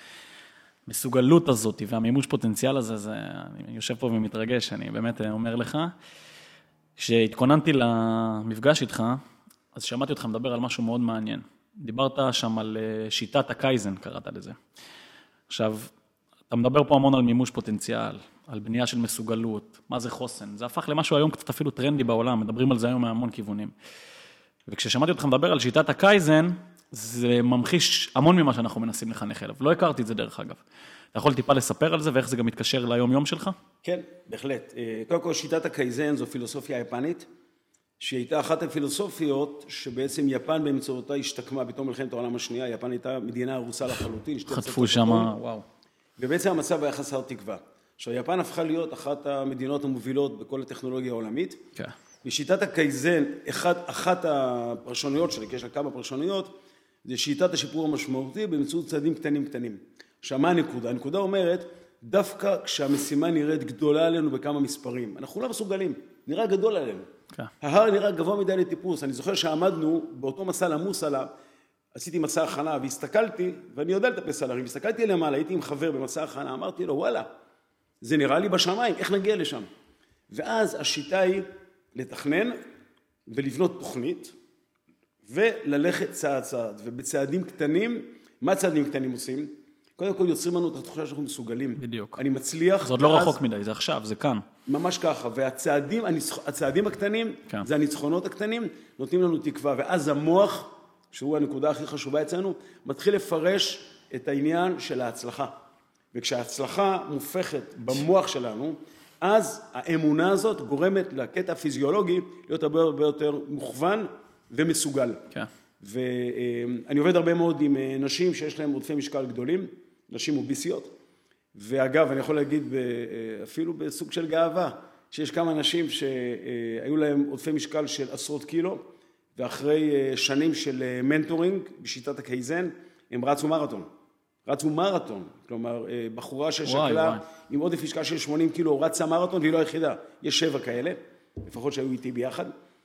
המסוגלות הזאת, והמימוש פוטנציאל הזה, זה, אני יושב פה ומתרגש, אני באמת אומר לך, כשהתכוננתי למפגש איתך, אז שמעתי אותך מדבר על משהו מאוד מעניין. דיברת שם על שיטת הקייזן, קראת לזה. עכשיו, אתה מדבר פה המון על מימוש פוטנציאל, על בנייה של מסוגלות, מה זה חוסן. זה הפך למשהו היום קצת אפילו טרנדי בעולם, מדברים על זה היום מהמון כיוונים. וכששמעתי אותך מדבר על שיטת הקייזן, זה ממחיש המון ממה שאנחנו מנסים לחנך אליו. לא הכרתי את זה דרך אגב. אתה יכול טיפה לספר על זה ואיך זה גם מתקשר ליום יום שלך? כן, בהחלט. קודם כל, שיטת הקייזן זו פילוסופיה יפנית, שהייתה אחת הפילוסופיות שבעצם יפן באמצעותה השתקמה בתום מלחמת העולם השנייה. יפן הייתה מדינה הרוסה לחלוטין. חטפו שם, וואו. ובעצם המצב היה חסר תקווה. עכשיו, יפן הפכה להיות אחת המדינות המובילות בכל הטכנולוגיה העולמית. כן. בשיטת הקייזן, אחת, אחת הפרשנויות שלי, כי יש לה כמה פרשנויות, זה שיטת השיפור המשמעותי באמצעות צעדים קטנים קטנים. עכשיו, מה הנקודה? הנקודה אומרת, דווקא כשהמשימה נראית גדולה עלינו בכמה מספרים, אנחנו לא מסוגלים, נראה גדול עלינו. כן. ההר נראה גבוה מדי לטיפוס. אני זוכר שעמדנו באותו מסע למוסלה, עשיתי מסע הכנה והסתכלתי, ואני יודע לטפס על הרים, הסתכלתי למעלה, הייתי עם חבר במסע הכנה, אמרתי לו, וואלה, זה נראה לי בשמיים, איך נגיע לשם? ואז השיטה היא לתכנן ולבנות תוכנית, וללכת צעד צעד, ובצעדים קטנים, מה צעדים קטנים עושים? קודם כל יוצרים לנו את התחושה שאנחנו מסוגלים. בדיוק. אני מצליח. זה עוד לא רחוק מדי, זה עכשיו, זה כאן. ממש ככה, והצעדים, הצעדים הקטנים, כן. זה הניצחונות הקטנים, נותנים לנו תקווה, ואז המוח, שהוא הנקודה הכי חשובה אצלנו, מתחיל לפרש את העניין של ההצלחה. וכשההצלחה מופכת במוח שלנו, אז האמונה הזאת גורמת לקטע הפיזיולוגי להיות הרבה הרבה יותר מוכוון ומסוגל. כן. ואני עובד הרבה מאוד עם נשים שיש להן עודפי משקל גדולים, נשים אוביסיות, ואגב, אני יכול להגיד אפילו בסוג של גאווה, שיש כמה נשים שהיו להם עודפי משקל של עשרות קילו, ואחרי שנים של מנטורינג בשיטת הקייזן, הם רצו מרתון. רצו מרתון, כלומר, בחורה ששקלה עם עודף משקל של שמונים קילו, רצה מרתון והיא לא היחידה. יש שבע כאלה, לפחות שהיו איתי ביחד,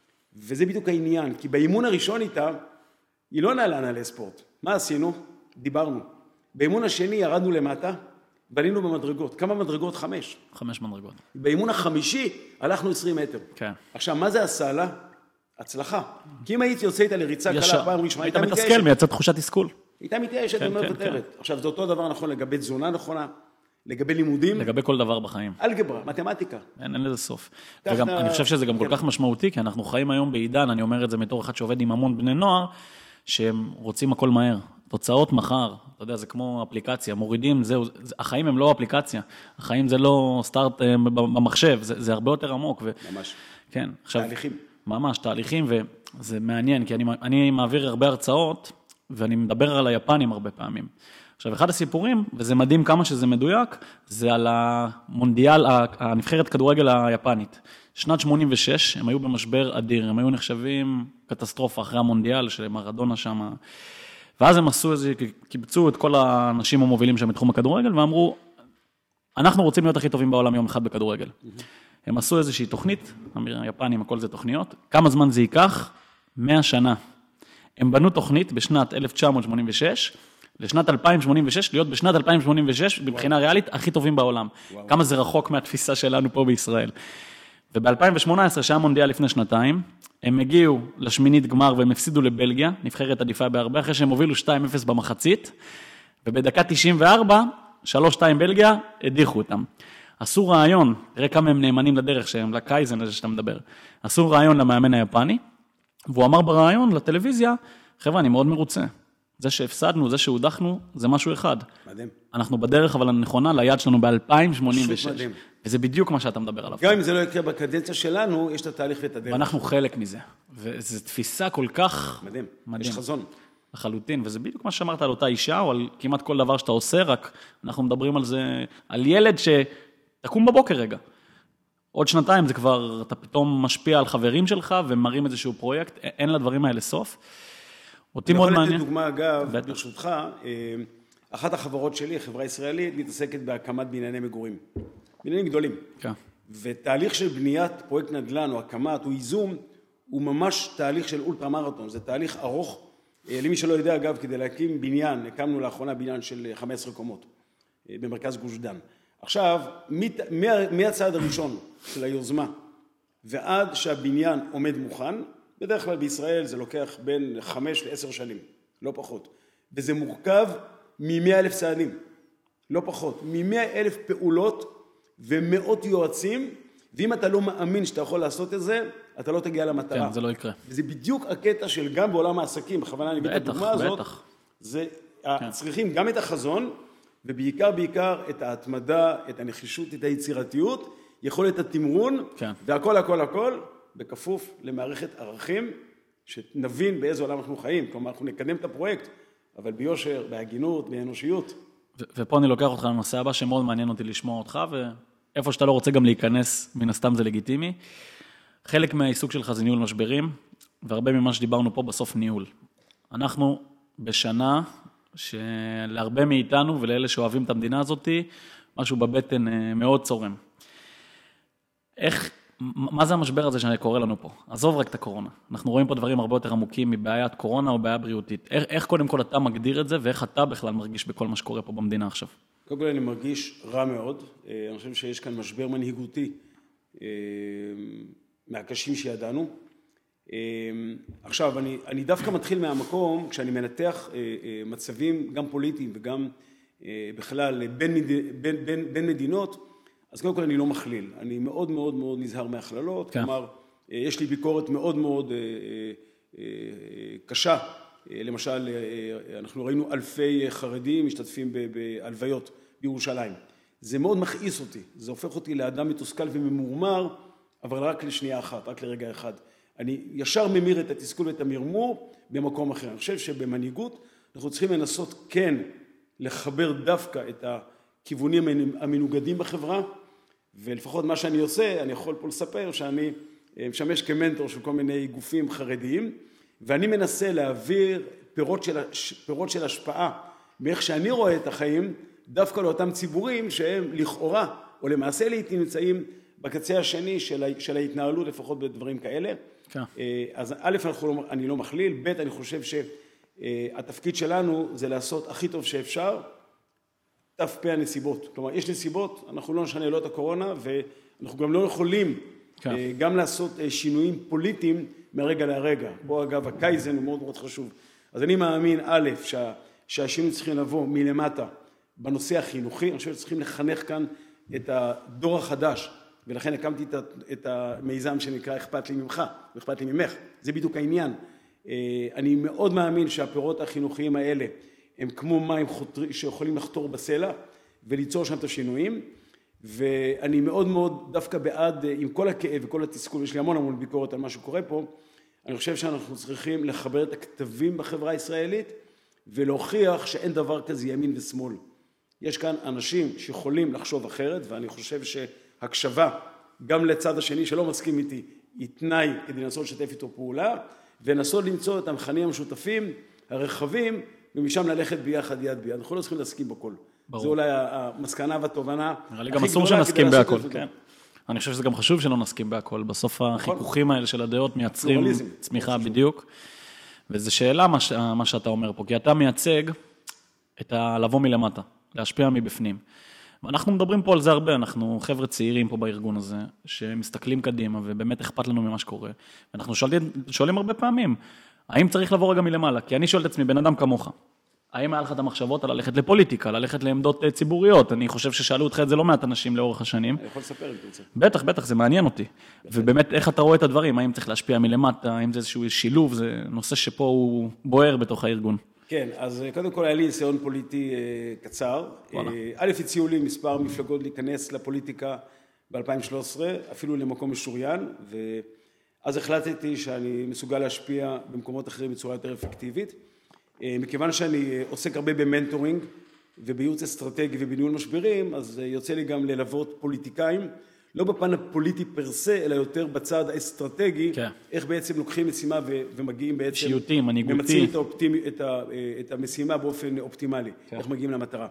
וזה בדיוק העניין, כי באימון הראשון איתה, היא לא נעלה נעלי ספורט. מה עשינו? דיברנו. באימון השני ירדנו למטה, בנינו במדרגות. כמה מדרגות? חמש. חמש מדרגות. באימון החמישי הלכנו עשרים מטר. כן. עכשיו, מה זה עשה לה? הצלחה. כי אם הייתי יוצא איתה לריצה קלה, פעם ראשונה, הייתה מתסכל, מייצר תחושת תסכול. הייתה מתייאשת ומוותרת. עכשיו, זה אותו דבר נכון לגבי תזונה נכונה, לגבי לימודים. לגבי כל דבר בחיים. אלגברה, מתמטיקה. אין, אין לזה סוף. וגם, אני חושב שזה גם כל כך משמעותי, כי אנחנו חיים היום בעידן, אני אומר את זה מתור אחד שעובד עם המון בני נוער, שהם רוצים הכל מהר. תוצאות מחר, אתה יודע, זה כמו אפליקציה, מורידים, זהו, החיים הם לא אפליקציה, החיים זה לא סטארט במחשב, זה, זה הרבה יותר עמוק. ו... ממש. כן, עכשיו, תהליכים. ממש, תהליכים, וזה מעניין, כי אני, אני מעביר הרבה הרצאות, ואני מדבר על היפנים הרבה פעמים. עכשיו, אחד הסיפורים, וזה מדהים כמה שזה מדויק, זה על המונדיאל, הנבחרת כדורגל היפנית. שנת שמונים ושש, הם היו במשבר אדיר, הם היו נחשבים קטסטרופה אחרי המונדיאל של מרדונה שם, ואז הם עשו איזה, קיבצו את כל האנשים המובילים שם בתחום הכדורגל, ואמרו, אנחנו רוצים להיות הכי טובים בעולם יום אחד בכדורגל. הם עשו איזושהי תוכנית, היפנים, הכל זה תוכניות, כמה זמן זה ייקח? מאה שנה. הם בנו תוכנית בשנת אלף תשע מאות שמונים ושש, לשנת אלפיים שמונים ושש, להיות בשנת אלפיים שמונים ושש, בבחינה ריאלית, הכי טובים בעולם. וואו. כמה זה רחוק מהתפיסה שלנו פה בישראל. וב-אלפיים שמונה עשרה, שהיה מונדיאל לפני שנתיים, הם הגיעו לשמינית גמר והם הפסידו לבלגיה, נבחרת עדיפה בהרבה, אחרי שהם הובילו שתיים אפס במחצית, ובדקה תשעים וארבע, שלוש שתיים בלגיה, הדיחו אותם. עשו רעיון, תראה כמה הם נאמנים לדרך שהם, לקייזן הזה שאתה מדבר, עשו רעיון למאמן היפני, והוא אמר ברעיון לטלוויזיה, חבר'ה, אני מאוד מרוצה. זה שהפסדנו, זה שהודחנו, זה משהו אחד. מדהים. אנחנו בדרך, אבל הנכונה, ליד שלנו ב-אלפיים שמונים ושש. מדהים. וזה בדיוק מה שאתה מדבר עליו. גם אם זה לא יקרה בקדנציה שלנו, יש את התהליך ואת הדרך. ואנחנו חלק מזה. וזו תפיסה כל כך... מדהים. מדהים. יש חזון. לחלוטין, וזה בדיוק מה שאמרת על אותה אישה, או על כמעט כל דבר שאתה עושה, רק אנחנו מדברים על זה, על ילד שתקום בבוקר רגע. עוד שנתיים זה כבר, אתה פתאום משפיע על חברים שלך, ומראים איזשהו פרויקט, אין לדברים האלה סוף. אותי מאוד מעניין. אני יכול לתת דוגמה, אגב, ברשותך, אחת החברות שלי, חברה ישראלית, מתעסקת בהקמת בנייני מגורים. בניינים גדולים. כן. ותהליך של בניית פרויקט נדל"ן, או הקמת, או איזום, הוא ממש תהליך של אולטרה מרתון. זה תהליך ארוך. למי שלא יודע, אגב, כדי להקים בניין, הקמנו לאחרונה בניין של חמש עשרה קומות, במרכז גוש דן. עכשיו, מהצעד הראשון של היוזמה, ועד שהבניין עומד מוכן, בדרך כלל בישראל זה לוקח בין חמש לעשר שנים, לא פחות. וזה מורכב ממאה אלף צעדים, לא פחות. ממאה אלף פעולות ומאות יועצים, ואם אתה לא מאמין שאתה יכול לעשות את זה, אתה לא תגיע למטרה. כן, זה לא יקרה. וזה בדיוק הקטע של גם בעולם העסקים, בכוונה אני אביא את הדוגמה הזאת. בטח, זה כן. צריכים גם את החזון, ובעיקר בעיקר את ההתמדה, את הנחישות, את היצירתיות, יכולת התמרון, כן. והכל הכל הכל, בכפוף למערכת ערכים, שנבין באיזה עולם אנחנו חיים. כלומר, אנחנו נקדם את הפרויקט, אבל ביושר, בהגינות, באנושיות. ו- ופה אני לוקח אותך לנושא הבא, שמאוד מעניין אותי לשמוע אותך, ואיפה שאתה לא רוצה גם להיכנס, מן הסתם זה לגיטימי. חלק מהעיסוק שלך זה ניהול משברים, והרבה ממה שדיברנו פה בסוף ניהול. אנחנו בשנה, שלהרבה מאיתנו ולאלה שאוהבים את המדינה הזאת, משהו בבטן מאוד צורם. איך מה זה המשבר הזה שאני קורא לנו פה? עזוב רק את הקורונה. אנחנו רואים פה דברים הרבה יותר עמוקים מבעיית קורונה או בעיה בריאותית. איך, איך קודם כל אתה מגדיר את זה, ואיך אתה בכלל מרגיש בכל מה שקורה פה במדינה עכשיו? קודם כל אני מרגיש רע מאוד. אני חושב שיש כאן משבר מנהיגותי מהקשים שידענו. עכשיו, אני, אני דווקא מתחיל מהמקום, כשאני מנתח מצבים גם פוליטיים וגם בכלל בין, בין, בין, בין מדינות, אז קודם כל אני לא מכליל. אני מאוד מאוד מאוד נזהר מהכללות. כן. כלומר, יש לי ביקורת מאוד מאוד קשה. למשל, אנחנו ראינו אלפי חרדים משתתפים בהלוויות בירושלים. זה מאוד מכעיס אותי. זה הופך אותי לאדם מתוסכל וממורמר, אבל רק לשנייה אחת, רק לרגע אחד. אני ישר ממיר את התסכול ואת המרמור במקום אחר. אני חושב שבמנהיגות אנחנו צריכים לנסות כן לחבר דווקא את הכיוונים המנוגדים בחברה, ולפחות מה שאני עושה, אני יכול פה לספר שאני משמש כמנטור של כל מיני גופים חרדיים, ואני מנסה להעביר פירות של, פירות של השפעה מאיך שאני רואה את החיים, דווקא לאותם ציבורים שהם לכאורה, או למעשה לעתים נמצאים בקצה השני של, של ההתנהלות, לפחות בדברים כאלה. כן. אז א', אנחנו, אני לא מכליל, ב', אני חושב שהתפקיד שלנו זה לעשות הכי טוב שאפשר, תף פה הנסיבות. כלומר, יש נסיבות, אנחנו לא נשנה לא את הקורונה, ואנחנו גם לא יכולים כן. גם לעשות שינויים פוליטיים מהרגע להרגע. פה אגב, הקייזן הוא מאוד מאוד חשוב. אז אני מאמין, א', שה, שהשינוי צריכים לבוא מלמטה בנושא החינוכי. אני חושב שצריכים לחנך כאן את הדור החדש, ולכן הקמתי את המיזם שנקרא אכפת לי ממך, ואכפת לי ממך. זה בדיוק העניין. אני מאוד מאמין שהפירות החינוכיים האלה הם כמו מים שיכולים לחתור בסלע וליצור שם את השינויים, ואני מאוד מאוד דווקא בעד, עם כל הכאב וכל התסכול, יש לי המון המון ביקורת על מה שקורה פה, אני חושב שאנחנו צריכים לחבר את הכתבים בחברה הישראלית, ולהוכיח שאין דבר כזה ימין ושמאל. יש כאן אנשים שיכולים לחשוב אחרת, ואני חושב שהקשבה גם לצד השני שלא מסכים איתי, היא תנאי כדי לנסות לשתף איתו פעולה, ונסות למצוא את המכנים המשותפים, הרחבים, ומשם ללכת ביחד יד ביד. אנחנו לא צריכים להסכים בכל. ברור. זה אולי המסקנה והתובנה. נראה לי גם אסור שנסכים בהכל. כן. אני חושב שזה גם חשוב שלא נסכים בהכל. בסוף החיכוכים האלה של הדעות מייצרים צמיחה בדיוק. וזו שאלה מה שאתה אומר פה, כי אתה מייצג את הלבוא מלמטה, להשפיע מבפנים. ואנחנו מדברים פה על זה הרבה, אנחנו חבר'ה צעירים פה בארגון הזה, שמסתכלים קדימה ובאמת אכפת לנו ממה שקורה. ואנחנו שואלים, שואלים הרבה פעמים, האם צריך לבוא רגע מלמעלה? כי אני שואל את עצמי, בן אדם כמוך, האם היה לך את המחשבות על ללכת לפוליטיקה, ללכת לעמדות ציבוריות? אני חושב ששאלו אותך את זה לא מעט אנשים לאורך השנים. אני יכול לספר אם תרצה. בטח, בטח, זה מעניין אותי. ובאמת, איך אתה רואה את הדברים? האם צריך להשפיע מלמטה? האם זה איזשהו שילוב? זה נושא שפה הוא בוער בתוך הארגון. כן, אז קודם כל היה לי ניסיון פוליטי קצר. א', הציעו לי מספר מפלגות להיכנס לפוליטיקה ב-אלפיים ושלוש עשרה, אפילו למקום משוריין, ואז החלטתי שאני מסוגל להשפיע במקומות אחרים בצורה יותר אפקטיבית. מכיוון שאני עוסק הרבה במנטורינג ובייעוץ אסטרטגי ובניהול משברים, אז יוצא לי גם ללוות פוליטיקאים, לא בפן הפוליטי פרסה, אלא יותר בצד האסטרטגי, כן. איך בעצם לוקחים משימה ו- ומגיעים בעצם... שיוטי, מנהיגותי. ומציעים את, האופטימ... את, ה... את המשימה באופן אופטימלי, כן. איך מגיעים למטרה.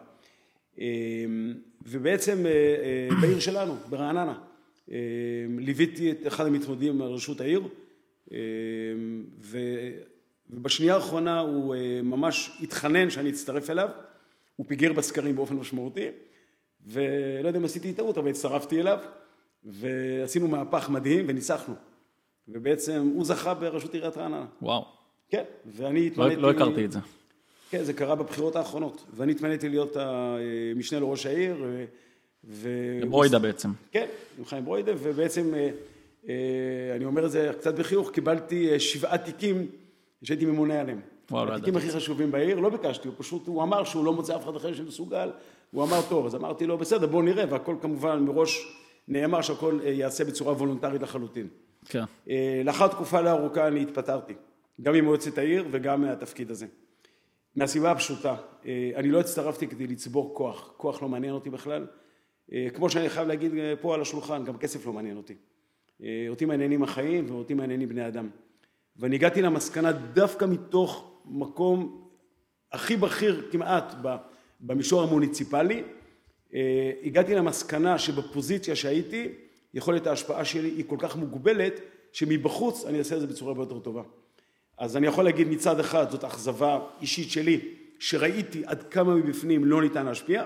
ובעצם בעיר שלנו, ברעננה, ליוויתי את אחד המתמודדים על רשות העיר, ו... ובשנייה האחרונה הוא ממש התחנן שאני אצטרף אליו, הוא פיגר בסקרים באופן משמעותי, ולא יודע אם עשיתי טעות, אבל הצטרפתי אליו, ועשינו מהפך מדהים וניצחנו. ובעצם הוא זכה בראשות עיריית רעננה. וואו. כן, ואני התמניתי... לא, לא הכרתי את זה. כן, זה קרה בבחירות האחרונות, ואני התמניתי להיות המשנה לראש העיר. ו... לברוידה בעצם. כן, עם חיים ברוידה, ובעצם, אני אומר את זה קצת בחיוך, קיבלתי שבעה תיקים, שהייתי ממונה עליהם. התיקים הכי חשובים בעיר, לא ביקשתי, הוא פשוט, הוא אמר שהוא לא מוצא אף אחד אחר שמסוגל, הוא אמר טוב, אז אמרתי לו, בסדר, בוא נראה, והכל כמובן מראש נאמר שהכל יעשה בצורה וולונטרית לחלוטין. כן. לאחר תקופה לא ארוכה אני התפטרתי, גם ממועצת העיר וגם מהתפקיד הזה. מהסיבה הפשוטה, אני לא הצטרפתי כדי לצבור כוח, כוח לא מעניין אותי בכלל, כמו שאני חייב להגיד פה על השולחן, גם כסף לא מעניין אותי. אותי מעניינים החיים ואותי מעניינים בני אדם. ואני הגעתי למסקנה דווקא מתוך מקום הכי בכיר כמעט במישור המוניציפלי, הגעתי למסקנה שבפוזיציה שהייתי, יכולת ההשפעה שלי היא כל כך מוגבלת, שמבחוץ אני אעשה את זה בצורה הרבה יותר טובה. אז אני יכול להגיד מצד אחד, זאת אכזבה אישית שלי, שראיתי עד כמה מבפנים לא ניתן להשפיע,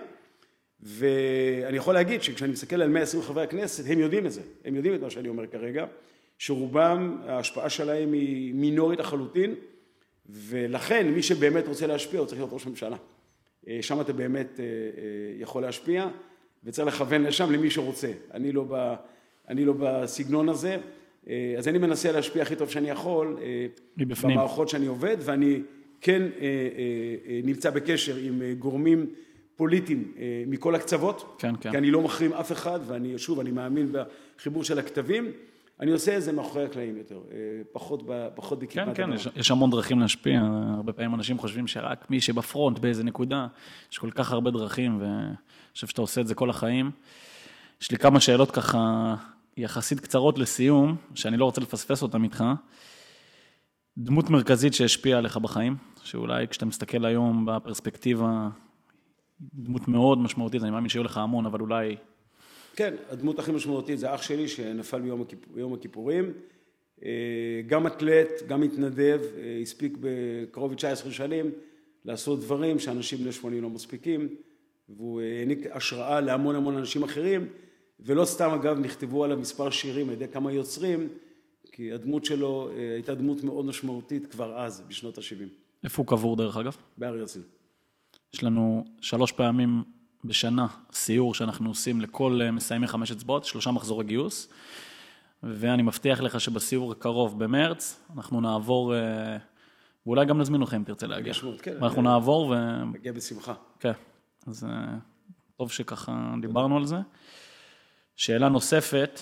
ואני יכול להגיד שכשאני מסתכל על מאה ועשרים חברי הכנסת, הם יודעים את זה, הם יודעים את מה שאני אומר כרגע, שרובם ההשפעה שלהם היא מינורית לחלוטין, ולכן מי שבאמת רוצה להשפיע הוא צריך להיות ראש ממשלה. שם אתה באמת יכול להשפיע, וצריך לכוון לשם למי שרוצה. אני לא, ב, אני לא בסגנון הזה, אז אני מנסה להשפיע הכי טוב שאני יכול, מבפנים. במערכות שאני עובד, ואני כן נמצא בקשר עם גורמים פוליטיים מכל הקצוות, כן, כן. כי אני לא מחרים אף אחד, ואני שוב, אני מאמין בחיבור של הכתבים, אני עושה את זה מאחורי הקלעים יותר, פחות, פחות בקדמת. כן, כן, יש, יש המון דרכים להשפיע, הרבה פעמים אנשים חושבים שרק מי שבפרונט באיזה נקודה, יש כל כך הרבה דרכים, ואני חושב שאתה עושה את זה כל החיים. יש לי כמה שאלות ככה, יחסית קצרות לסיום, שאני לא רוצה לפספס אותם איתך. דמות מרכזית שהשפיעה עליך בחיים, שאולי כשאתה מסתכל היום בפרספקטיבה, דמות מאוד משמעותית, אני מאמין שיהיו לך המון, אבל אולי... כן, הדמות הכי משמעותית זה אח שלי שנפל ביום הכיפור, ביום הכיפורים. גם אתלט, גם מתנדב, הספיק בקרוב ל-תשע עשרה שנים לעשות דברים שאנשים בני שמונים לא מספיקים, והוא העניק השראה להמון המון אנשים אחרים, ולא סתם אגב נכתבו עליו מספר שירים על ידי כמה יוצרים, כי הדמות שלו הייתה דמות מאוד משמעותית כבר אז, בשנות ה-שבעים. איפה הוא קבור דרך אגב? בהר הרצל. יש לנו שלוש פעמים בשנה סיור שאנחנו עושים לכל מסיימי חמש אצבעות, שלושה מחזורי גיוס, ואני מבטיח לך שבסיור הקרוב במרץ, אנחנו נעבור, ואולי גם נזמין לכם אם תרצה להגיע. משמעות, כן. אנחנו נעבור ו... מגיע בשמחה. כן, אז טוב שככה דיברנו על זה. שאלה נוספת,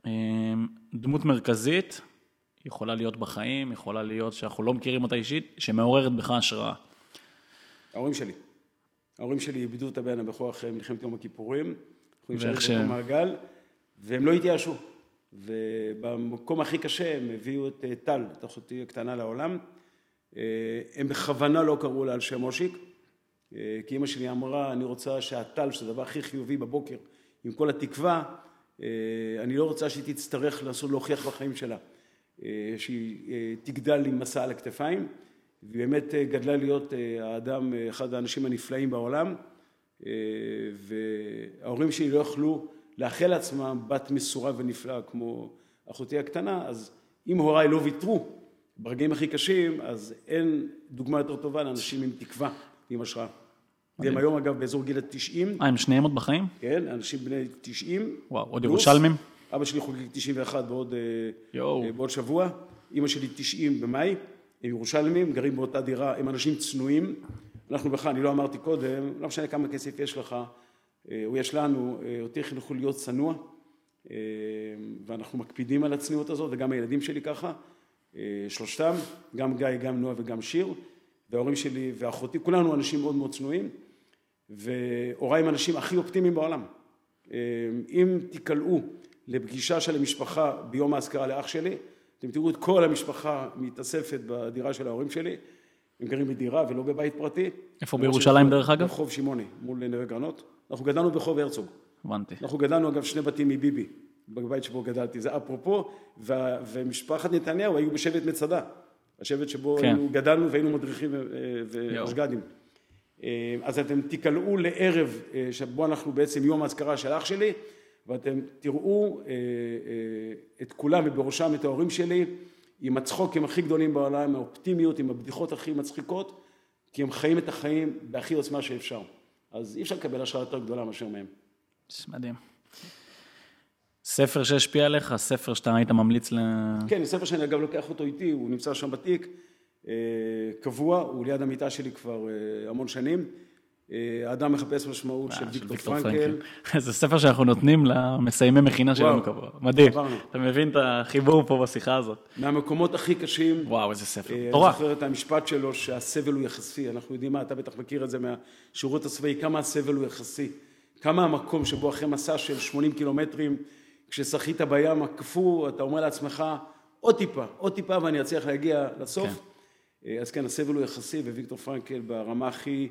דמות מרכזית, יכולה להיות בחיים, יכולה להיות שאנחנו לא מכירים אותה אישית, שמעוררת בך השראה. ההורים שלי. ההורים שלי איבדו את הבן הבכור אחרי מלחמת יום הכיפורים, ואיך ש... במעגל, והם לא התייאשו. ובמקום הכי קשה הם הביאו את טל, את אחותי הקטנה לעולם. הם בכוונה לא קראו לה על שם מושיק, כי אמא שלי אמרה, אני רוצה שהטל, שזה הדבר הכי חיובי בבוקר, עם כל התקווה, אני לא רוצה שהיא תצטרך לעשות להוכיח בחיים שלה, שהיא תגדל עם מסע על הכתפיים, והיא באמת גדלה להיות האדם, אחד האנשים הנפלאים בעולם, וההורים שלי לא יכלו לאחל לעצמם בת מסורה ונפלאה כמו אחותי הקטנה, אז אם הוריי לא ויתרו ברגעים הכי קשים, אז אין דוגמה יותר טובה לאנשים עם תקווה ועם השראה. והם היום אגב באזור גיל ה-תשעים. אה, הם שניהם עוד בחיים? כן, אנשים בני תשעים. וואו, עוד ירושלמים? אבא שלי חוגג תשעים ואחת בעוד, יואו. בעוד שבוע. אמא שלי תשעים במאי. הם ירושלמים, גרים באותה דירה, הם אנשים צנועים. אנחנו בכלל, אני לא אמרתי קודם, לא משנה כמה כסף יש לך, או יש לנו, אותי חינכו להיות צנוע, ואנחנו מקפידים על הצניעות הזאת, וגם הילדים שלי ככה, שלושתם, גם גיא, גם נועה וגם שיר, וההורים שלי ואחותי, כולנו אנשים מאוד מאוד צנועים, והוריי הם אנשים הכי אופטימיים בעולם. אם תיקלעו לפגישה של המשפחה ביום האזכרה לאח שלי, אתם תראו את כל המשפחה מתאספת בדירה של ההורים שלי, הם גרים בדירה ולא בבית פרטי. איפה בירושלים דרך אגב? ברחוב שמעוני, מול נווה גרנות. אנחנו גדלנו ברחוב הרצוג. הבנתי. אנחנו גדלנו אגב שני בתים מביבי, בבית שבו גדלתי, זה אפרופו, ומשפחת נתניהו היו בשבט מצדה, השבט שבו כן. היינו, גדלנו והיינו מדריכים ואשגדים. אז אתם תיקלעו לערב שבו אנחנו בעצם יום האזכרה של אח שלי, ואתם תראו את כולם ובראשם את ההורים שלי, עם הצחוקים הכי גדולים בעולם, עם האופטימיות, עם הבדיחות הכי מצחיקות, כי הם חיים את החיים בהכי עוצמה שאפשר. אז אי אפשר לקבל השראה יותר גדולה מאשר מהם. מדהים. ספר שהשפיע עליך, ספר שאתה היית ממליץ ל... כן, ספר שאני אגב לוקח אותו איתי, הוא נמצא שם בתיק, קבוע, הוא ליד המיטה שלי כבר המון שנים. האדם מחפש משמעות של ויקטור פרנקל. זה ספר שאנחנו נותנים למסיימי מכינה שלנו קבוע. מדהים. אתה מבין את החיבור פה בשיחה הזאת. מהמקומות הכי קשים. וואו, איזה ספר. אני זוכר את המשפט שלו שהסבל הוא יחסי. אנחנו יודעים מה, אתה בטח מכיר את זה מהשירות הצבאי, כמה הסבל הוא יחסי. כמה המקום שבו אחרי מסע של שמונים קילומטרים, כששחית בים הקפוא, אתה אומר לעצמך, עוד טיפה, עוד טיפה ואני אצליח להגיע לסוף. אז כן, הסבל הוא יחסי, וויקטור פרנקל ברמה הכי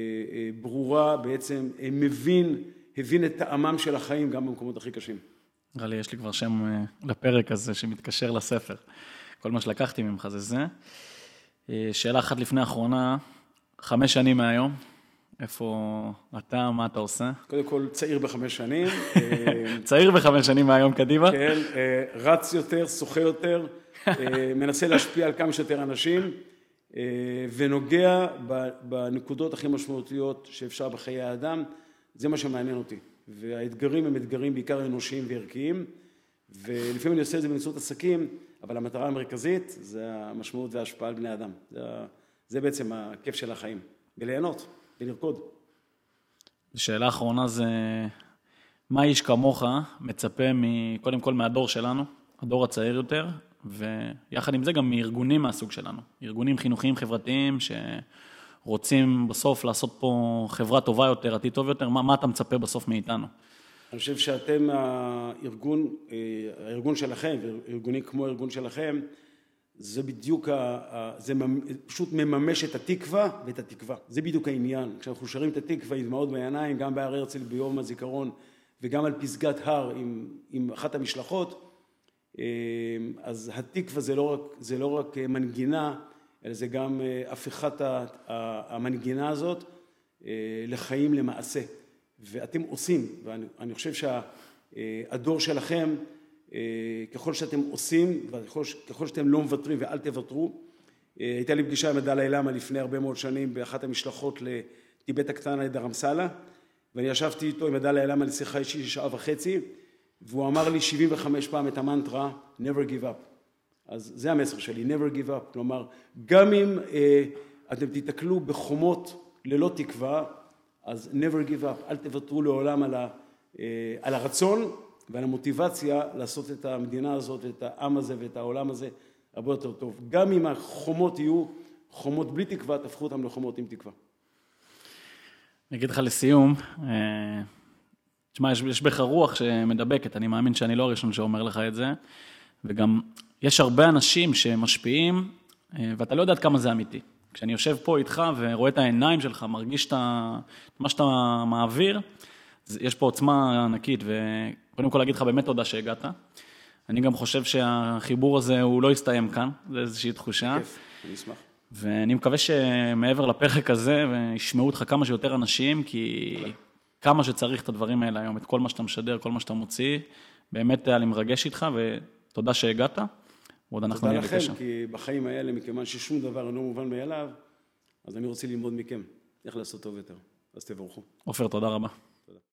ברורה, בעצם מבין, הבין את טעמם של החיים גם במקומות הכי קשים. נראה לי, יש לי כבר שם לפרק הזה שמתקשר לספר. כל מה שלקחתי ממך זה זה. שאלה אחת לפני האחרונה, חמש שנים מהיום, איפה אתה, מה אתה עושה? קודם כל, צעיר בחמש שנים. צעיר בחמש שנים מהיום קדימה? כן, רץ יותר, שוחה יותר, מנסה להשפיע על כמה שיותר אנשים, ונוגע בנקודות הכי משמעותיות שאפשר בחיי האדם, זה מה שמעניין אותי. והאתגרים הם אתגרים בעיקר אנושיים וערכיים, ולפעמים אני עושה את זה באמצעות עסקים, אבל המטרה המרכזית זה המשמעות וההשפעה על בני אדם. זה, זה בעצם הכיף של החיים, וליהנות, ולרקוד. שאלה האחרונה זה, מה איש כמוך מצפה קודם כל מהדור שלנו, הדור הצעיר יותר, ויחד עם זה גם מארגונים מהסוג שלנו, ארגונים חינוכיים חברתיים שרוצים בסוף לעשות פה חברה טובה יותר, עתיד טוב יותר, מה, מה אתה מצפה בסוף מאיתנו? אני חושב שאתם, הארגון, הארגון שלכם, וארגונים כמו הארגון שלכם, זה בדיוק, זה פשוט מממש את התקווה ואת התקווה. זה בדיוק העניין. כשאנחנו שרים את התקווה עם דמעות בעיניים, גם בהר הרצל ביום הזיכרון, וגם על פסגת הר עם, עם אחת המשלחות, אז התקווה זה לא רק, זה לא רק מנגינה, אלא זה גם הפיכת המנגינה הזאת לחיים למעשה. ואתם עושים, ואני חושב שהדור שלכם, ככל שאתם עושים, וככל שאתם לא מוותרים ואל תוותרו, הייתה לי פגישה עם הדלאי לאמה לפני הרבה מאוד שנים באחת המשלחות לטיבט הקטנה לדרמסלה, ואני ישבתי איתו עם הדלאי לאמה לשיחה אישית שעה וחצי, והוא אמר לי שבעים וחמש פעם את המנטרה, never give up. אז זה המסר שלי, never give up. כלומר, גם אם אה, אתם תתקלו בחומות ללא תקווה, אז never give up. אל תוותרו לעולם על, ה, אה, על הרצון ועל המוטיבציה לעשות את המדינה הזאת, את העם הזה ואת העולם הזה הרבה יותר טוב. גם אם החומות יהיו חומות בלי תקווה, תפכו אותם לחומות עם תקווה. אני אגיד לך לסיום, אה... תשמע, יש, יש בך רוח שמדבקת, אני מאמין שאני לא הראשון שאומר לך את זה, וגם יש הרבה אנשים שמשפיעים, ואתה לא יודע כמה זה אמיתי. כשאני יושב פה איתך ורואה את העיניים שלך, מרגיש את מה שאתה מעביר, יש פה עוצמה ענקית, וקודם כל להגיד לך באמת תודה שהגעת. אני גם חושב שהחיבור הזה הוא לא יסתיים כאן, זה איזושהי תחושה. כיף, אני אשמח. ואני מקווה שמעבר לפרק הזה, וישמעו אותך כמה שיותר אנשים, כי כמה שצריך את הדברים האלה היום, את כל מה שאתה משדר, כל מה שאתה מוציא, באמת היה לי מרגש איתך, ותודה שהגעת, ועוד אנחנו נהיה בקשר. תודה לכם, כי בחיים האלה, מכיוון ששום דבר אינו מובן מאליו, אז אני רוצה ללמוד מכם, איך לעשות טוב יותר. אז תבורכו. עופר, תודה רבה.